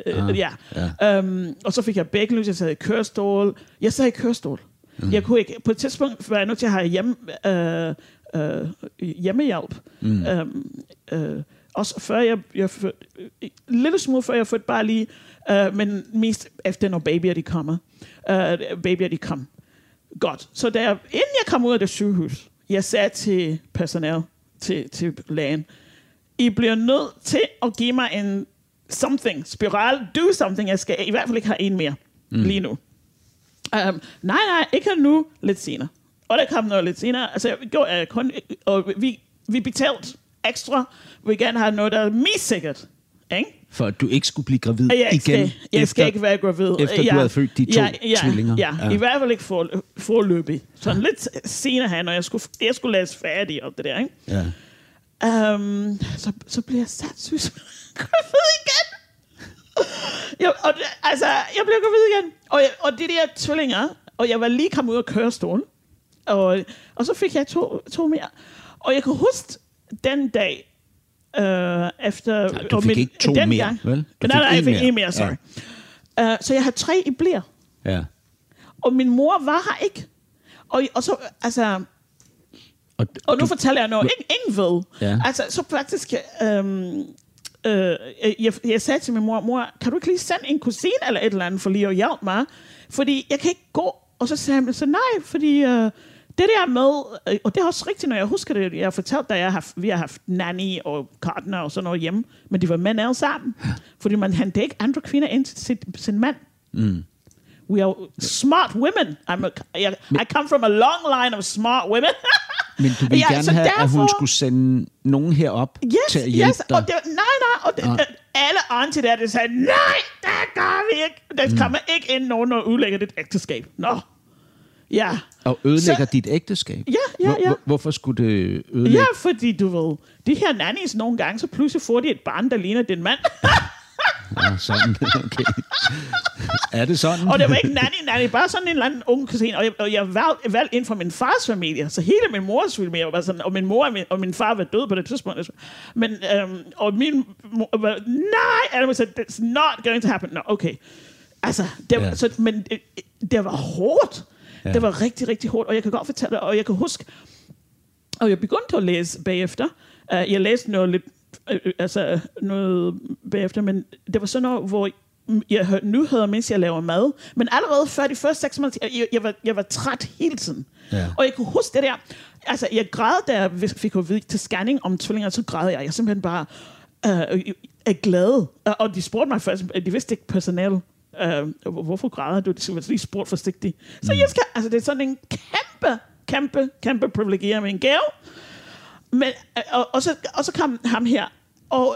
Og så fik jeg bækkenløs, jeg sad i kørestol. Jeg kunne ikke, på et tidspunkt var jeg nødt til at have hjemmehjælp. Også før jeg fødte, lidt smule før jeg fødte, bare lige, men mest efter, når babyer de kom. Godt. Så inden jeg kom ud af det sygehus, jeg sagde til personal, til lægen, I bliver nødt til at give mig en spiral, do something, jeg skal i hvert fald ikke have en mere lige nu. Nej, ikke nu, lidt senere. Og der kom noget lidt senere, altså og vi betalte ekstra, vi gerne have noget, der er mest sikkert, ikke? For at du ikke skulle blive gravid igen. Jeg skal ikke være gravid. Efter du havde født de 2 tvillinger. Ja, i hvert fald ikke forløbig. Sådan lidt senere her, når jeg skulle læse færdig og det der, ikke? Ja. Så blev jeg satsyg gravid igen. Jeg blev gravid igen. Og de der tvillinger, og jeg var lige kommet ud af kørestolen, og så fik jeg 2 mere. Og jeg kunne huske den dag, efter... Du fik ikke 2 mere, vel? Nej, jeg fik 1 mere, sorry. Så jeg har 3 i bler. Ja. Og min mor var her ikke. Og så, altså... Og nu fortæller jeg noget, ingen ved. Ja. Altså, så faktisk... jeg sagde til min mor, kan du ikke lige sende en kusine eller et eller andet for lige at hjælpe mig? Fordi jeg kan ikke gå. Og så sagde han, så nej, fordi det der med... Og det er også rigtigt, når jeg husker det. Jeg har fortalt, at vi har haft nanny og gardener og sådan noget hjemme. Men de var mænd alle sammen. Fordi man hentede ikke andre kvinder ind til sin mand. Mm. We are smart women. I come from a long line of smart women. Men du ville gerne have, derfor, at hun skulle sende nogen herop til at hjælpe dig? Og alle andre der, det sagde, nej, det gør vi ikke. Der kommer ikke ind nogen og ødelægger dit ægteskab. Nå. Ja. Og ødelægger dit ægteskab? Ja. Hvorfor skulle det ødelægge? Ja, fordi du ved, de her nannies nogle gange, så pludselig får de et barn, der ligner din mand. Ja, sådan, okay. Er det sådan? Og det var ikke nanny, bare sådan en eller anden ung kusine. Og jeg valgte ind fra min fars familie, så hele min mors familie var sådan, og min mor og min far var døde på det tidspunkt. Men, og min mor var, nej, and I said, it's not going to happen. No, okay. Altså, men det var hårdt. Ja. Det var rigtig, rigtig hårdt, og jeg kan godt fortælle det, og jeg kan huske, og jeg begyndte at læse bagefter. Jeg læste noget lidt, noget bagefter, men det var sådan noget, hvor jeg hørte nyheder, mens jeg laver mad, men allerede før de første 6 måneder, jeg var træt hele tiden. Ja. Og jeg kunne huske det der, altså jeg græd, da jeg fik at vide til scanning om tvillinger, så græd jeg simpelthen bare er glad. Og de spurgte mig først, de vidste ikke personale, hvorfor græder du? De var lige spurgt forsigtigt. Så jeg skal, altså det er sådan en kæmpe privilegering med en gave. Men, og så kom ham her, og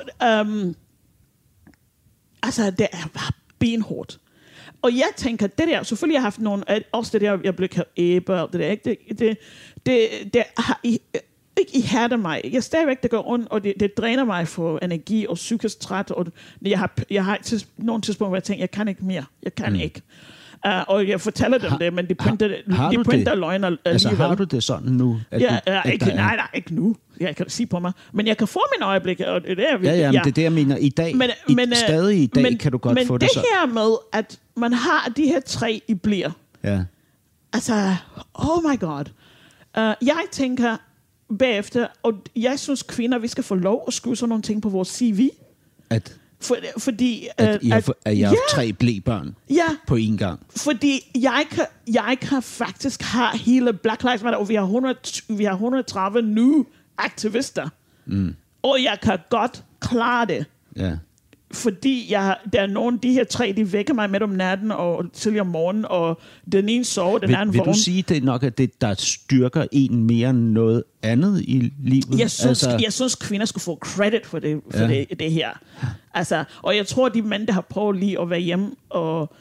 altså det er bare benhårdt. Og jeg tænker, det der, selvfølgelig har jeg haft nogle, også det der, jeg blev kaldt æbe, og det der, ikke? Det har ikke ihærder mig. Jeg stadigvæk, det går rundt, og det dræner mig for energi og psykisk træt, og jeg har nogle tidspunkter, hvor jeg tænker, jeg kan ikke mere. Jeg kan ikke. Og jeg fortæller dem det, men de pynter løgner alligevel. Altså har du det sådan nu? Nej, ikke nu. Jeg kan sige på mig. Men jeg kan få mine øjeblikke, og det er virkelig. Men det er det, jeg mener. I dag, stadig i dag kan du godt få det sådan. Men det her med, at man har de her 3 i blir. Ja. Altså, oh my god. Jeg tænker bagefter, og jeg synes kvinder, vi skal få lov at skrive sådan nogle ting på vores CV. Fordi at jeg har 3 blæbørn på én gang. Fordi jeg kan faktisk have hele Black Lives Matter, og vi har 130 nye aktivister. Og jeg kan godt klare det. Ja. Fordi der er nogle af de her 3, de vækker mig midt om natten og tidligere om morgenen, og den ene sover, den anden vågen. Vil du sige, det er nok at det, der styrker en mere end noget andet i livet? Jeg synes kvinder skulle få credit for det her. Altså, og jeg tror, de mænd, der har prøvet lige at være hjemme og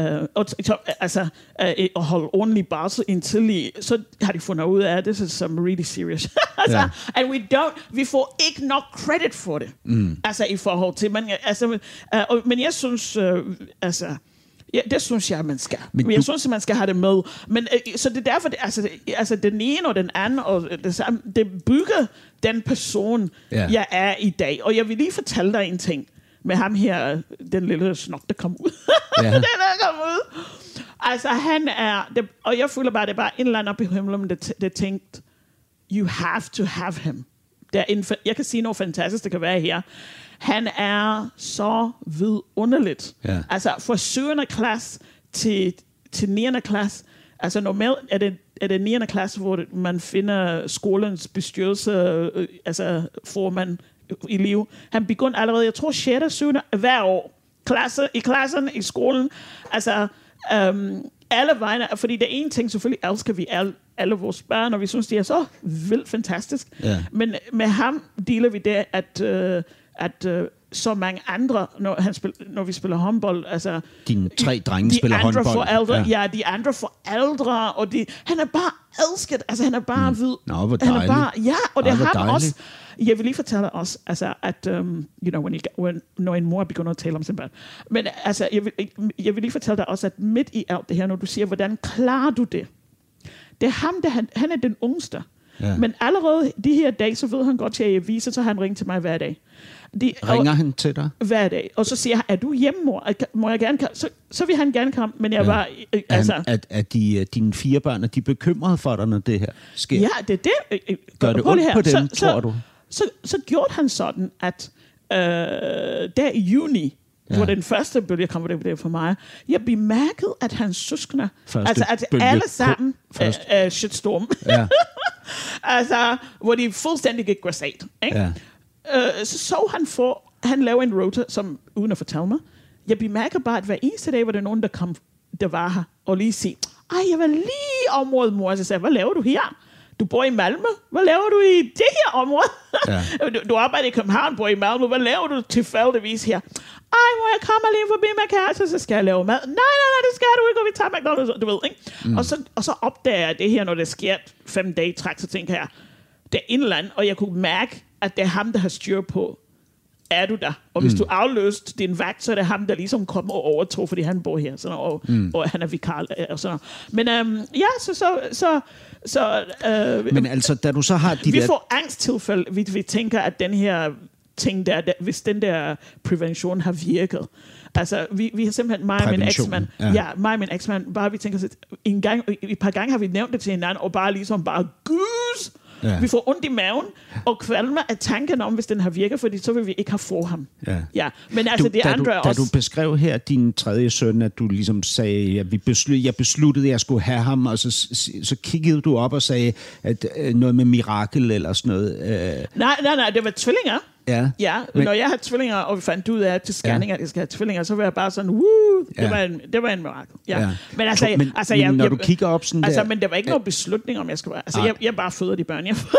holde ordentlig barsel indtil, så har de fundet ud af, at det er som really serious. And vi får ikke nok credit for det. Altså i forhold til, men jeg synes, det synes jeg, man skal. Men jeg synes, man skal have det med. Men så det er derfor, altså den ene og den anden, og det samme, det bygger den person, jeg er i dag. Og jeg vil lige fortælle dig en ting. Med ham her, den lille snot, der kom ud. Den der kom ud. Altså, han er... og jeg føler bare, det er bare en eller anden op i himlen, der tænkt, you have to have him. Jeg kan sige noget fantastisk, der kan være her. Han er så vidunderligt. Ja. Altså, fra 7. klasse til 9. klasse. Altså, normalt er det 9. klasse, hvor man finder skolens bestyrelse, formand i liv. Han begyndte allerede, jeg tror 6. og 7. hver år. I klassen, i skolen. Altså, alle vegne. Fordi det er en ting, selvfølgelig elsker vi alle vores børn, og vi synes, de er så vildt fantastisk. Ja. Men med ham deler vi det, at så mange andre, når vi spiller håndbold, altså... Dine 3 drenge spiller håndbold. Forældre, de andre forældre, og han er bare elsket, altså han er bare hvid. Nå, hvor dejligt. Og det er ham også. Jeg vil lige fortælle os, altså, at, når en mor begynder at tale om sin børn. Men altså, jeg vil lige fortælle dig også, at midt i alt det her, når du siger, hvordan klarer du det? Det er ham, han er den yngste. Ja. Men allerede de her dage, så ved han godt til at vise, så han ringer til mig hver dag. Ringer han til dig? Hver dag. Og så siger han, er du hjemme, mor? Må jeg gerne komme? Så vil han gerne komme, men jeg var... Er dine 4 børn, er de bekymrede for dig, når det her sker? Ja, det er det. Gør det ondt på dem, tror du? Så gjorde han sådan, at der i juni, hvor den første bølge kom, det for mig, jeg bemærkede, at hans søskende, altså at alle sammen, shitstorm, altså, hvor de fuldstændig gik grassat, ikke? Ja. Så han lavede en rota, som uden at fortælle mig. Jeg bemærker bare, at hver eneste dag var der nogen, der var her, og lige sige, jeg var lige området, mor. Så sagde, hvad laver du her? Du bor i Malmø. Hvad laver du i det her område? Ja. Du arbejder i København, bor i Malmø. Hvad laver du tilfældigvis her? Må jeg komme lige forbi med kæreste, så skal jeg lave mad. Nej, det skal du ikke, og vi tager McDonald's, du ved, ikke? Mm. Og så opdager jeg det her, når det sker 5 dage træk, så tænker jeg, det er en eller anden, og jeg kunne mærke, at det er ham, der har styr på, er du der? Og hvis du afløst din vagt, så er det ham, der ligesom kommer og overtog, fordi han bor her, sådan, og han er vikar og sådan. Men men altså, da du så har de vi får angsttilfælde, vi tænker, at den her ting der, hvis den der prævention har virket. Altså, vi har simpelthen, mig og min eksmand, bare vi tænker, et par gange har vi nævnt det til hinanden, og bare ligesom gud, vi får ondt i maven, og kvalme af tanken om, hvis den har virket, fordi så vil vi ikke have for ham. Ja. Men altså, det andre da du beskrev her din 3. søn, at du ligesom sagde, at jeg besluttede, at jeg skulle have ham, og så kiggede du op og sagde, at noget med mirakel eller sådan noget. Nej, det var tvillinger. Ja, men, når jeg havde tvillinger, og vi fandt ud af til scanning, at jeg skal have tvillinger, så var jeg bare sådan, det var en mirakel. Ja. Men altså, når du kigger op sådan altså, der... men der var ikke nogen beslutning, om jeg skulle være... Altså, jeg bare føder de børn, jeg får.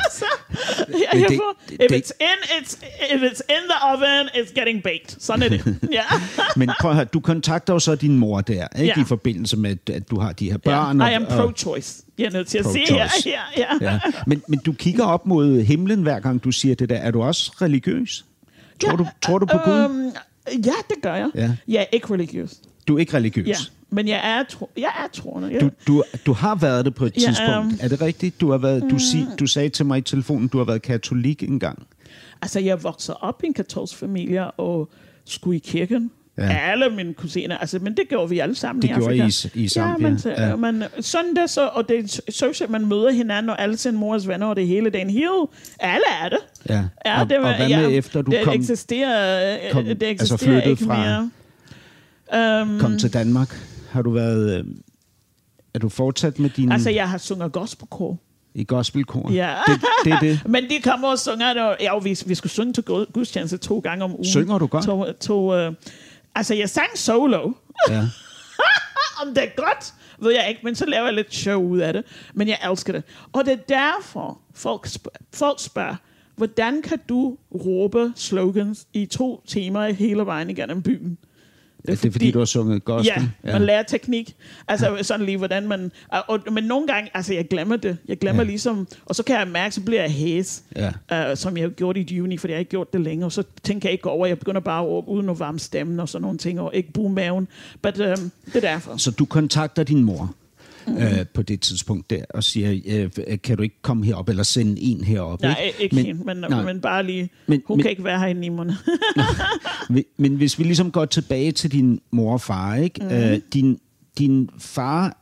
If it's in the oven, it's getting baked. Sådan er det. Men prøv at høre, du kontakter jo så din mor der, ikke? I forbindelse med, at du har de her børn. I am pro-choice. Jeg er nødt til at sige ja. Men du kigger op mod himlen, hver gang du siger det der. Er du også religiøs? Tror du på Gud? Ja, det gør jeg. Ja. Jeg er ikke religiøs. Du er ikke religiøs? Ja, men jeg er troende. Du har været det på et tidspunkt. Er det rigtigt? Du sagde til mig i telefonen, du har været katolik engang. Altså, jeg voksede op i en katolsk familie og skulle i kirken. Ja. Alle mine kusiner, altså, men det gjorde vi alle sammen i Afrika. Det gjorde I Zambia. Men søndag, og det er social, man møder hinanden, og alle sin mors venner, og det hele dagen alle er det. Ja. Og hvad med efter du det eksisterer altså flyttet ikke fra, mere. Kom til Danmark. Har du været... Er du fortsat med din... Altså, jeg har sunget gospelkor. I gospelkor? Ja. Det. Men de kommer og synger, vi skulle synge til gudstjeneste 2 gange om ugen. Synger du godt? Altså, jeg sang solo. Ja. Om det er godt, ved jeg ikke, men så laver jeg lidt show ud af det. Men jeg elsker det. Og det er derfor, folk spørger, hvordan kan du råbe slogans i 2 timer hele vejen igennem byen? Det er fordi, du har sunget gospel? Ja, man lærer teknik. Altså sådan lige, hvordan man... men nogle gange, altså jeg glemmer det. Jeg glemmer ligesom... Og så kan jeg mærke, så bliver jeg hæs. Som jeg har gjort i juni, fordi jeg har ikke gjort det længe. Og så tænker jeg ikke over, jeg begynder bare at uden at varme stemmen og sådan nogle ting, og ikke bruge maven. Men det er derfor. Så du kontakter din mor på det tidspunkt der, og siger, kan du ikke komme herop, eller sende en herop? Nej, ikke men bare lige... Hun kan ikke være her i 9 måneder. Men hvis vi ligesom går tilbage til din mor og far, ikke? Din far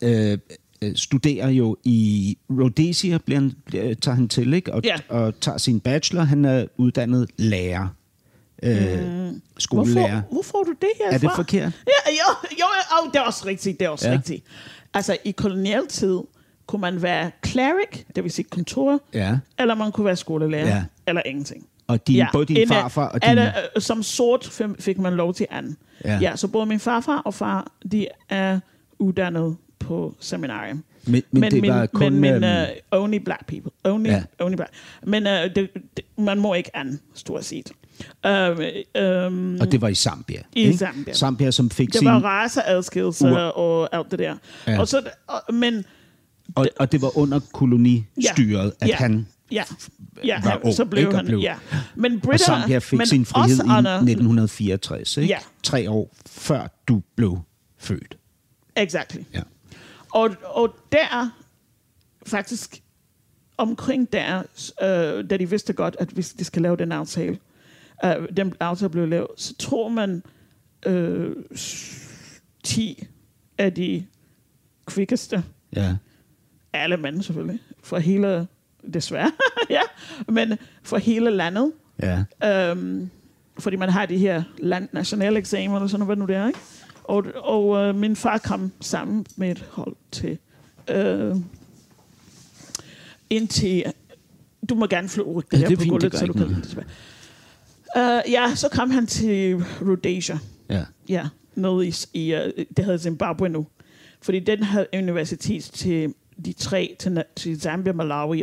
studerer jo i Rhodesia, tager han til, ikke? Og tager sin bachelor. Han er uddannet lærer. Skolelærer. Hvor får du det her fra? Er det forkert? Jo, det er også rigtigt. Altså, i kolonialtid kunne man være cleric, det vil sige kontor, eller man kunne være skolelærer, eller ingenting. Og både din farfar og din... Som sort fik man lov til anden. Ja, så både min farfar og far, de er uddannet på seminarium. Men det var kun... only black people. Only black. Men man må ikke anden, stort set. Og det var i Zambia. Zambia, som fik det var raceadskillelse og alt det der. Ja. Og det var under kolonistyret, at han var ung, så blev han. Men og Zambia fik sin frihed i 1964, ikke? 3 år før du blev født. Exactly. Ja. Og der faktisk omkring der, da de vidste godt, at hvis de skal lave den aftale blev lavet, så tror man 10 af de kvikkeste, alle mænd selvfølgelig, for hele, desværre, ja, men for hele landet. Ja. Fordi man har de her nationale eksamener, eller sådan noget, hvad nu det er, ikke? Og min far kom sammen med et hold til indtil... Du må gerne flyve det her på gulvet, så du kan det tilbage. Så kom han til Rhodesia. Ja, noget i det hedder Zimbabwe nu. Fordi den havde universitet til de 3, til Zambia, Malawi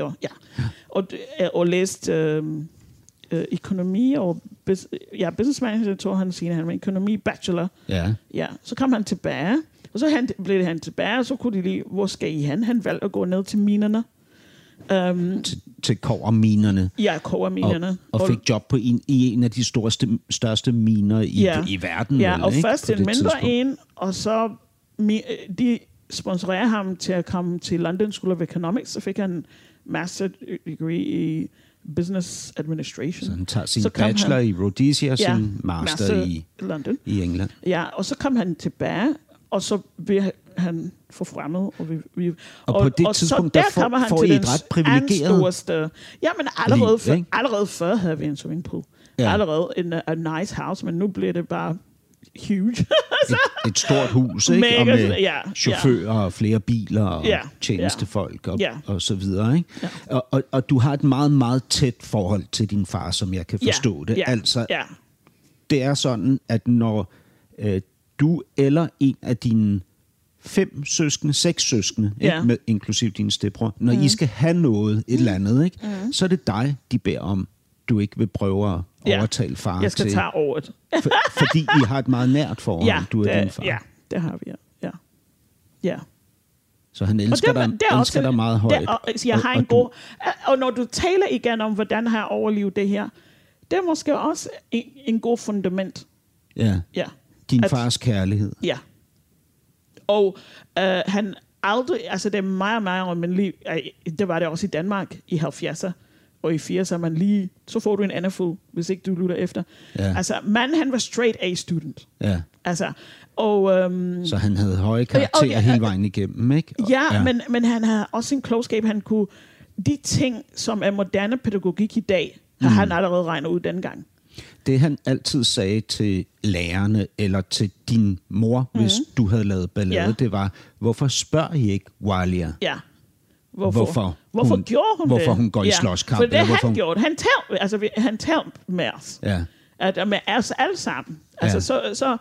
og læste økonomi og business management, tror han siger, han var økonomi bachelor. Ja, så kom han tilbage, og så blev han tilbage, og så kunne de lige, hvor skal I hen? Han valgte at gå ned til minerne. Til kobberminerne. Ja, kobberminerne. Og fik job på i en af de største miner i verden. Ja, og først en mindre en, og så de sponsorerede ham til at komme til London School of Economics, så fik han master degree i business administration. Så han tager sin bachelor i Rhodesia og sin master i London. I England. Ja, og så kom han tilbage, og så blev han forfremmet. Og på det tidspunkt, der får I et ret privilegeret... Ja, men allerede før havde vi en swimmingpool. Ja. Allerede en nice house, men nu bliver det bare huge. et stort hus, ikke? Mega, og med chauffører og flere biler og tjenestefolk og så videre, ikke? Ja. Og du har et meget, meget tæt forhold til din far, som jeg kan forstå det. Altså, det er sådan, at når du eller en af dine 6 søskende, ikke? Med, inklusiv dine stedbror, når I skal have noget, et eller andet, ikke? Så er det dig, de beder om, du ikke vil prøve at overtale far til. Jeg skal tage ordet. Fordi I har et meget nært forhold, du og din far. Ja, det har vi, ja. Så han elsker dig meget højt. Jeg har en god... Og når du taler igen om, hvordan har jeg overlevet det her, det er måske også en god fundament. Ja. Din fars kærlighed. Ja. Og han aldrig... Altså, det er meget, meget almindeligt. Det var det også i Danmark i 70'erne. Og i 80'erne, så får du en anden fod, hvis ikke du lytter efter. Ja. Altså, manden, han var straight A-student. Ja. Altså, og... så han havde høje karakterer hele vejen igennem, ikke? Men han havde også en klogskab, han kunne... De ting, som er moderne pædagogik i dag, har han allerede regnet ud dengang. Det han altid sagde til lærerne, eller til din mor, hvis du havde lavet ballade, det var, hvorfor spørger I ikke Walia? Ja. Hvorfor gjorde hun hvorfor hun går i slåskamp? For det han gjorde. Han talte med os. Ja. Med os alle sammen. Altså,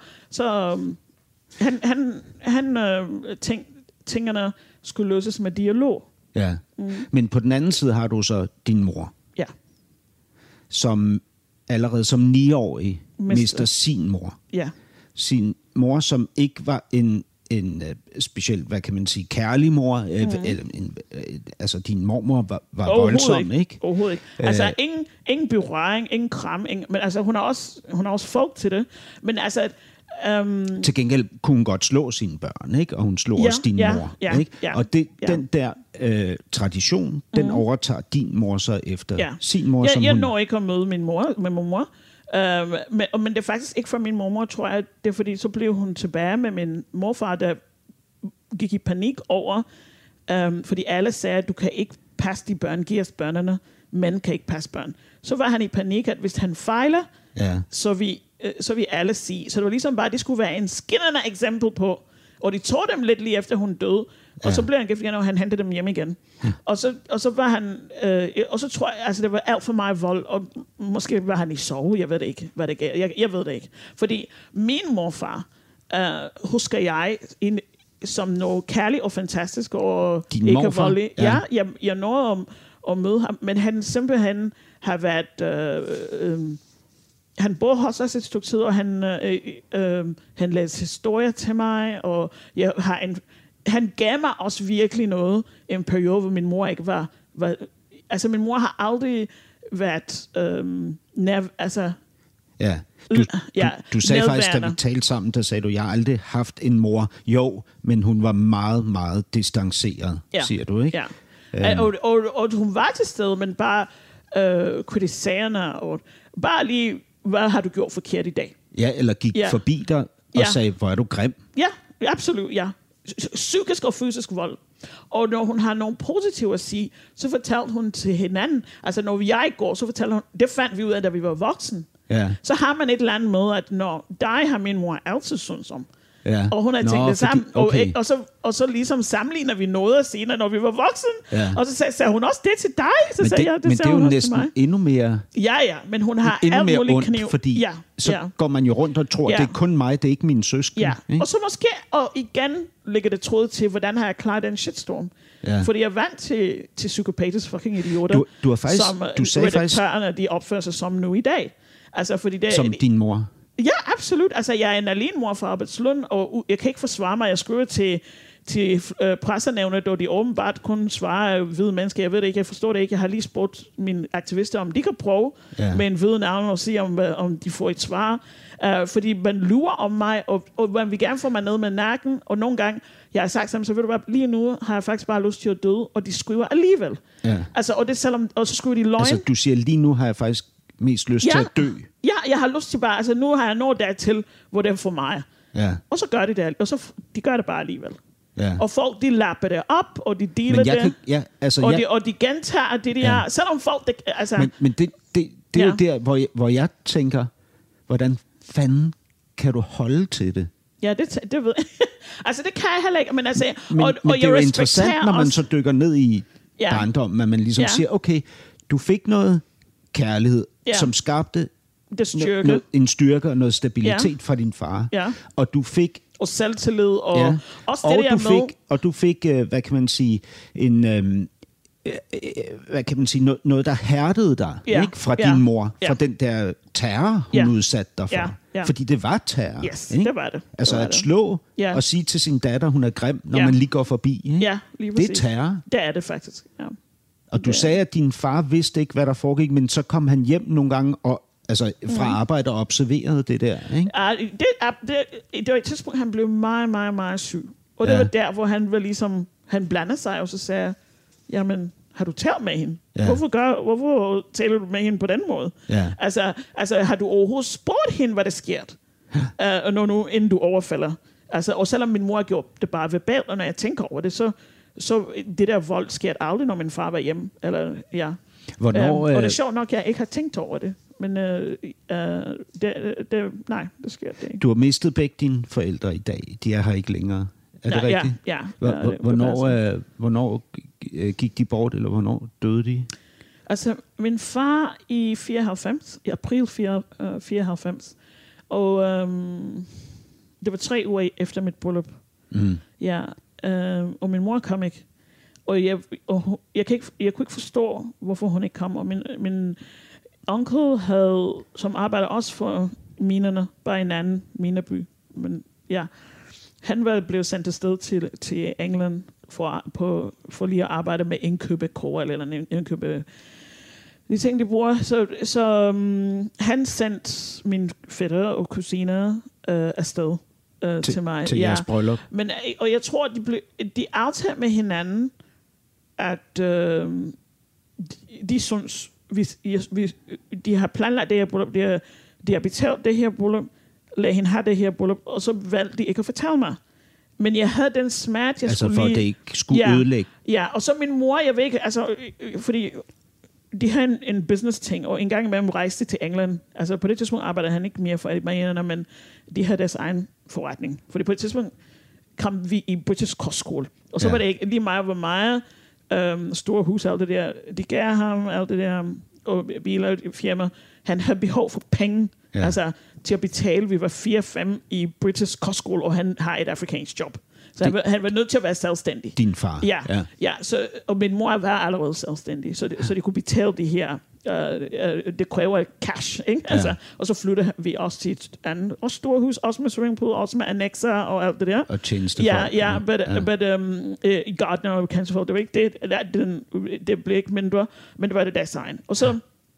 tingene skulle løses med dialog. Ja. Men på den anden side har du så din mor. Ja. Som allerede som 9-årig mister sin mor. Ja. Sin mor, som ikke var en specielt, hvad kan man sige, kærlig mor, altså din mormor var voldsom, ikke? Overhovedet ikke. Altså ingen berøring, ingen kram, men altså hun har også folk til det, men altså... til gengæld kunne hun godt slå sine børn, ikke? Og hun slog også din mor, ikke? Ja, og den der tradition, den overtager din mor så efter sin mor, som jeg når ikke at møde min mor, men det er faktisk ikke for min mormor, tror jeg. Det er fordi, så blev hun tilbage med min morfar, der gik i panik over, fordi alle sagde, at du kan ikke passe de børn, giv os børnene, mænd kan ikke passe børn. Så var han i panik, at hvis han fejler, så vi alle sige. Så det var ligesom bare, det skulle være en skinnende eksempel på, og de tog dem lidt lige efter hun døde, og så blev han gift igen, og han hentede dem hjem igen. Og så var han, og så tror jeg, altså det var alt for meget vold, og måske var han i sorg, jeg ved det ikke, hvad det gav. Jeg ved det ikke. Fordi min morfar, husker jeg, som noget kærligt og fantastisk, og din ikke voldelig. Ja, jeg nåede at møde ham, men han simpelthen har været... han bor hos os et stykke tid, og han læser historier til mig, og jeg har han gav mig også virkelig noget i en periode, hvor min mor ikke var altså min mor har aldrig været altså ja. Du sagde faktisk, da vi talte sammen, der sagde du, jeg har aldrig haft en mor. Jo, men hun var meget, meget distanceret, siger du, ikke? Ja. Og hun var til stede, men bare kritiserende, og bare lige, hvad har du gjort forkert i dag? Ja, eller gik forbi dig og sagde, hvor er du grim? Ja, absolut, ja. Psykisk og fysisk vold. Og når hun har nogle positive at sige, så fortalte hun til hinanden, altså når jeg går, så fortalte hun, det fandt vi ud af, da vi var voksne. Ja. Så har man et eller andet med, at når dig har min mor altid syntes om. Ja. Og hun har tænkt det sammen. Okay. Og så ligesom sammenligner vi noget af senere, når vi var voksne. Ja. Og så sagde hun også det til dig. Så sagde jeg, det er jo næsten endnu mere... Ja, men hun har alt muligt kniv. Fordi går man jo rundt og tror, det er kun mig, det er ikke min søskende. Ja. Ikke? Og så måske, og igen ligger det tråd til, hvordan har jeg klaret den shitstorm. Ja. Fordi jeg er vant til psykopatisk fucking idioter, du har faktisk, som du sagde redaktørerne, de opfører sig som nu i dag. Altså, fordi det, som din mor? Ja, absolut. Altså, jeg er en alenemor fra Albertslund, og jeg kan ikke forsvare mig. Jeg skriver til pressenævnet, da de åbenbart kun svarer hvide mennesker. Jeg ved det ikke, jeg forstår det ikke. Jeg har lige spurgt mine aktivister, om de kan prøve med en hvide navn og se, om de får et svar. Fordi man lurer om mig, og man vil gerne få mig ned med nakken, og nogle gange, jeg har sagt sammen, så ved du hvad, lige nu har jeg faktisk bare lyst til at døde, og de skriver alligevel. Ja. Altså, og det selvom, og så skriver de løgn. Altså, du siger, lige nu har jeg faktisk mest lyst til at dø. Ja, jeg har lyst til bare, altså nu har jeg nået dertil, hvor det er for mig. Ja. Og så gør de det, og så de gør det bare alligevel. Ja. Og folk, de lapper det op, og de deler det, og de gentager det, de har, selvom folk, det, altså... Men det er jo der, hvor jeg tænker, hvordan fanden kan du holde til det? Ja, det ved jeg. Altså, det kan jeg heller ikke, men altså... Men det er jo interessant, når man så dykker ned i barndom, at man ligesom siger, okay, du fik noget kærlighed, som skabte en styrke og noget stabilitet fra din far. Ja. Og du fik... Og selvtillid, og også det der med... Og du fik, hvad kan man sige, noget, der hærdede dig, ikke? Fra din mor, fra den der terror, hun udsatte dig for. Fordi det var terror. Yes, ikke? Det var det. Altså at slå og sige til sin datter, hun er grim, når man lige går forbi. Ikke? Ja, lige præcis. Det er terror. Det er det faktisk, ja. Og du sagde, at din far vidste ikke, hvad der foregik, men så kom han hjem nogle gange og fra arbejde og observerede det der, ikke? Det var et tidspunkt, han blev meget, meget, meget syg. Og det var der, hvor han var ligesom, han blandede sig, og så sagde, jamen, har du talt med hende? Ja. Hvorfor taler du med hende på den måde? Ja. Altså, har du overhovedet spurgt hende, hvad der sker? Inden du overfalder? Altså, og selvom min mor gjorde det bare verbalt, og når jeg tænker over det, så det der vold sker aldrig, når min far var hjemme. Eller, ja. Hvornår, og det er sjovt nok, at jeg ikke har tænkt over det. Men nej, det sker det ikke. Du har mistet begge dine forældre i dag. De er her ikke længere. Er det rigtigt? Ja. Hvornår gik de bort, eller hvornår døde de? Altså, min far i 94, i april 94, og det var 3 uger efter mit bryllup. Mm. Ja, og min mor kom ikke. Og jeg kunne ikke forstå, hvorfor hun ikke kom. Og min onkel som arbejder også for minerne, bare i en anden mineby. Men ja, han var blevet sendt afsted til England for lige at arbejde med indkøb af kåre, eller indkøb af de ting, de bruger. Så han sendte min fætter og kusiner afsted til mig. Til jeres bryllup. Men, og jeg tror, de aftalte med hinanden, at de synes, de har planlagt det her bryllup, de har betalt det her bryllup, lad hende have det her bryllup, og så valgte de ikke at fortælle mig. Men jeg havde den smerte, jeg skulle for at det ikke skulle ødelægge. Ja, og så min mor, jeg ved ikke, altså, fordi de havde en business-ting, og en gang imellem rejste til England. Altså på det tidspunkt arbejdede han ikke mere for amerikanerne, men de havde deres egen forretning. Fordi på det tidspunkt kom vi i British Kostskole, og så var det ikke lige meget, hvor meget store hus, alt det der, de gav ham, alt det der, og biler, firma. Han havde behov for penge, altså til at betale. Vi var 4-5 i British Kostskole, og han har et afrikansk job. Så han var nødt til at være selvstændig. Din far? Ja, så, og min mor var allerede selvstændig, så de kunne betale de her, det kræver cash, ikke? Altså, og så flyttede vi også til et andet, også store hus, også med swimmingpool, også med annexer og alt det der. Og tjenestefolk. Ja, but Gardner og Cancerfolk, det var ikke det blev ikke mindre, men det var det design. Og så,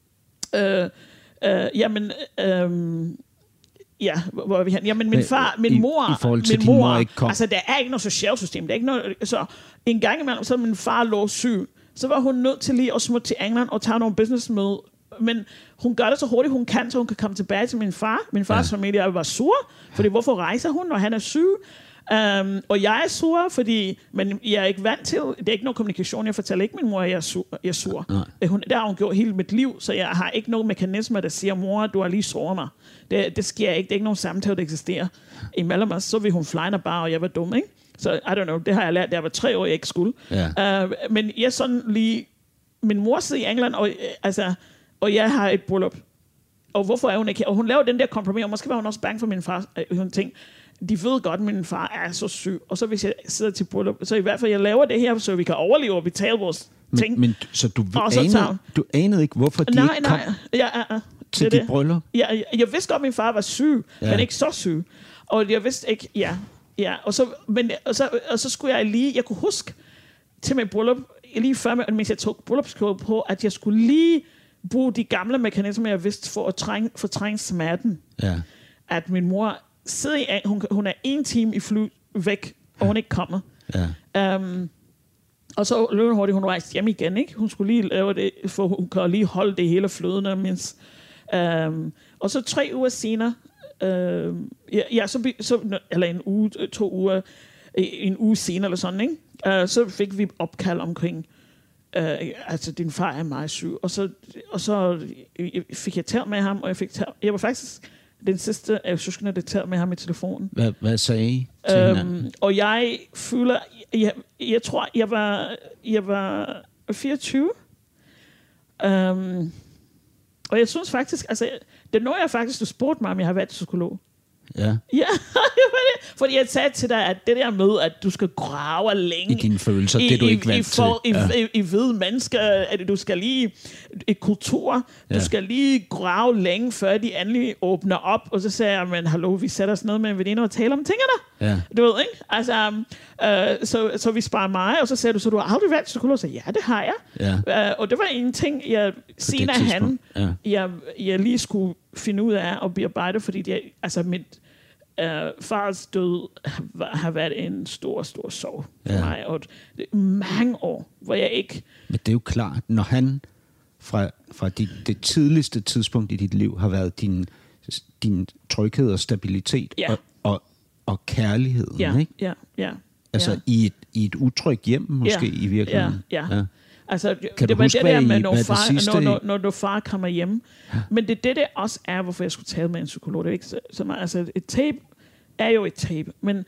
hvor er vi hen? Jamen, min mor, ikke kom. Altså, der er ikke noget socialt system. Der er ikke noget, så en gang imellem, så min far lå syg, så var hun nødt til lige at smutte til England og tage nogle businessmøde. Men hun gør det så hurtigt, hun kan, så hun kan komme tilbage til min far. Min fars familie var sur, fordi hvorfor rejser hun, når han er syg? Og jeg er sur, fordi men jeg er ikke vant til, det er ikke nogen kommunikation, jeg fortæller ikke min mor, at jeg er sur. Der har hun gjort hele mit liv, så jeg har ikke nogen mekanismer, der siger, mor, du har lige såret mig. Det sker ikke, det er ikke nogen samtale, der eksisterer imellem os. Så vil hun flyne bare, og jeg var dum, ikke? Så I don't know, det har jeg lært, da jeg var 3 år, jeg ikke skulle. Men jeg sådan lige, min mor sidder i England, og jeg har et bryllup. Og hvorfor er hun ikke her? Og hun laver den der kompromis, og måske var hun også bange for min far. Hun tænkte, de ved godt, at min far er så syg. Og så hvis jeg sidder til bryllup, så i hvert fald, jeg laver det her, så vi kan overleve og betale vores ting. Men så du anede ikke, hvorfor de ikke kom til dit bryllup? Jeg vidste godt, at min far var syg, men ikke så syg. Og jeg vidste ikke, og så skulle jeg lige, jeg kunne huske til mit bryllup, lige før, mens jeg tog bryllupskjole på, at jeg skulle lige bruge de gamle mekanismer, jeg vidste, for at fortrænge smerten. Ja. At min mor sidder hun er 1 time i fly væk, og hun ikke kommer. Ja. Og så lynhurtigt, hun rejste hjem igen, ikke? Hun skulle lige lave det, for hun kan lige holde det hele flødende, mens... og så 3 uger senere, eller en uge, 2 uger, en uge senere eller sådan, ikke? Så fik vi opkald omkring, din far er meget syg, og så fik jeg talt med ham, og jeg var faktisk den sidste af søskende, der talte med ham i telefonen. Hvad sagde I til hinanden? Og jeg føler, jeg tror, jeg var 24. Og jeg synes faktisk, det når jeg faktisk, du spurgte mig, om jeg har været psykolog. Ja. Ja, fordi jeg sagde til dig, at det der med, at du skal grave længe i dine følelser, det er du ikke vant til. I hvide mennesker, at du skal lige i kultur, du skal lige grave længe, før de endelig åbner op, og så sagde jeg, men hallo, vi sætter os ned med en veninde og taler om tingene. Ja. Du ved, ikke? Så vi sparer mig, og så sagde du, så du har aldrig været psykolog? Så ja, det har jeg. Ja. Og det var en ting, jeg senere hen, jeg lige skulle finde ud af at bearbejde, fordi mit fars død har været en stor, stor sorg for mig, og mange år, hvor jeg ikke... Men det er jo klart, når han fra det tidligste tidspunkt i dit liv har været din tryghed og stabilitet og kærligheden, ikke? Ja. I et utrygt hjem måske i virkeligheden. Ja. Kan det var det der med, når far kommer hjem. Ja. Men det også er, hvorfor jeg skulle tale med en psykolog. Det er ikke så meget. Et tape er jo et tape. Men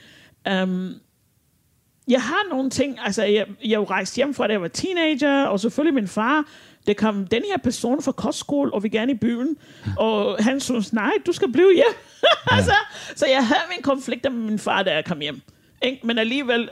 jeg har nogle ting. Jeg rejste hjem fra, da jeg var teenager, og selvfølgelig min far. Det kom den her person fra kostskole, og vi gerne i byen. Og han synes, nej, du skal blive hjem. Så jeg havde min konflikter med min far, da jeg kom hjem. Men alligevel,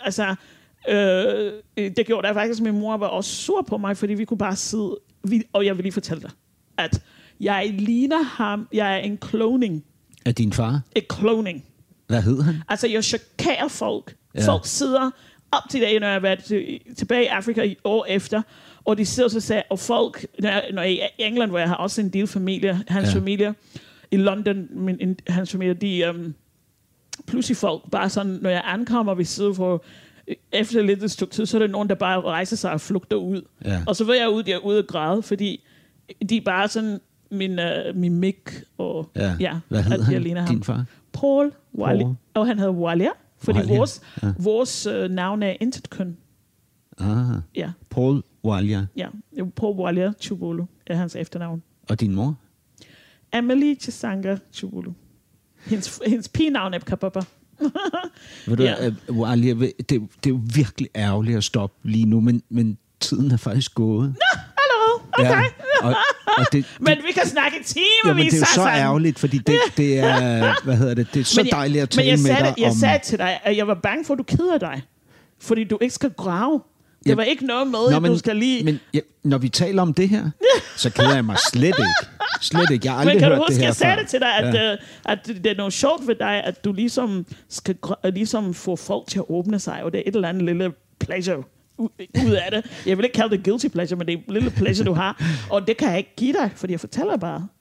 det gjorde der faktisk, min mor var også sur på mig, fordi vi kunne bare sidde, og jeg vil lige fortælle dig, at jeg ligner ham, jeg er en cloning. Af din far? Et cloning. Hvad hed han? Jeg chokerer folk. Ja. Folk sidder op til dag, når jeg har været tilbage i Afrika i år efter, og de sidder så sagde, og folk, når jeg er i England, hvor jeg har også en del familie, hans familie, i London, hans familie, de pludselig folk, bare sådan, når jeg ankommer, vi sidder for efter lidt et stykke tid, så er der nogen, der bare rejser sig og flugter ud. Ja. Og så var jeg ude og græde, fordi de er bare sådan min mimik. Og, hvad hed han, din far? Paul Walia. Og han hedder Walia, fordi vores navn er intetkøn. Ja. Paul Walia. Ja, Paul Walia Chubulu er hans efternavn. Og din mor? Amelie Chisanga Chubulu. Hendes pigenavn er Kapapa. Ved du, Walia, det er jo virkelig ærgerligt at stoppe lige nu, men tiden er faktisk gået. Nå, allerede. Okay. Ja, og men vi kan snakke timer. Men det er jo så ærgerligt, fordi det er, det er så dejligt at tale med dig om... Jeg sagde til dig, at jeg var bange for, at du keder dig. Fordi du ikke skal grave. Det var ikke noget med, at du skal lige... Men når vi taler om det her, så keder jeg mig slet ikke. Slet ikke. Jeg har aldrig hørt det her. Men kan du huske, jeg sagde det til dig, at det er noget sjovt ved dig, at du ligesom skal få folk til at åbne sig, og det er et eller andet lille pleasure ud af det. Jeg vil ikke kalde det guilty pleasure, men det er et lille pleasure, du har. Og det kan jeg ikke give dig, fordi jeg fortæller bare. Ja.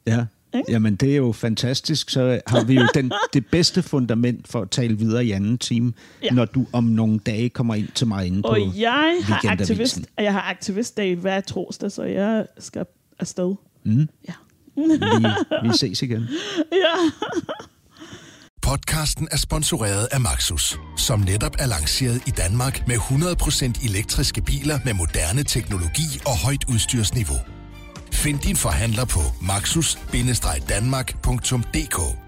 Jamen, det er jo fantastisk. Så har vi jo det bedste fundament for at tale videre i anden time, når du om nogle dage kommer ind til mig inde på jeg har aktivistdag hver torsdag, så jeg skal afsted. Ja. Vi ses igen. Ja. Podcasten er sponsoreret af Maxus, som netop er lanceret i Danmark med 100% elektriske biler med moderne teknologi og højt udstyrsniveau. Find din forhandler på maxus-danmark.dk.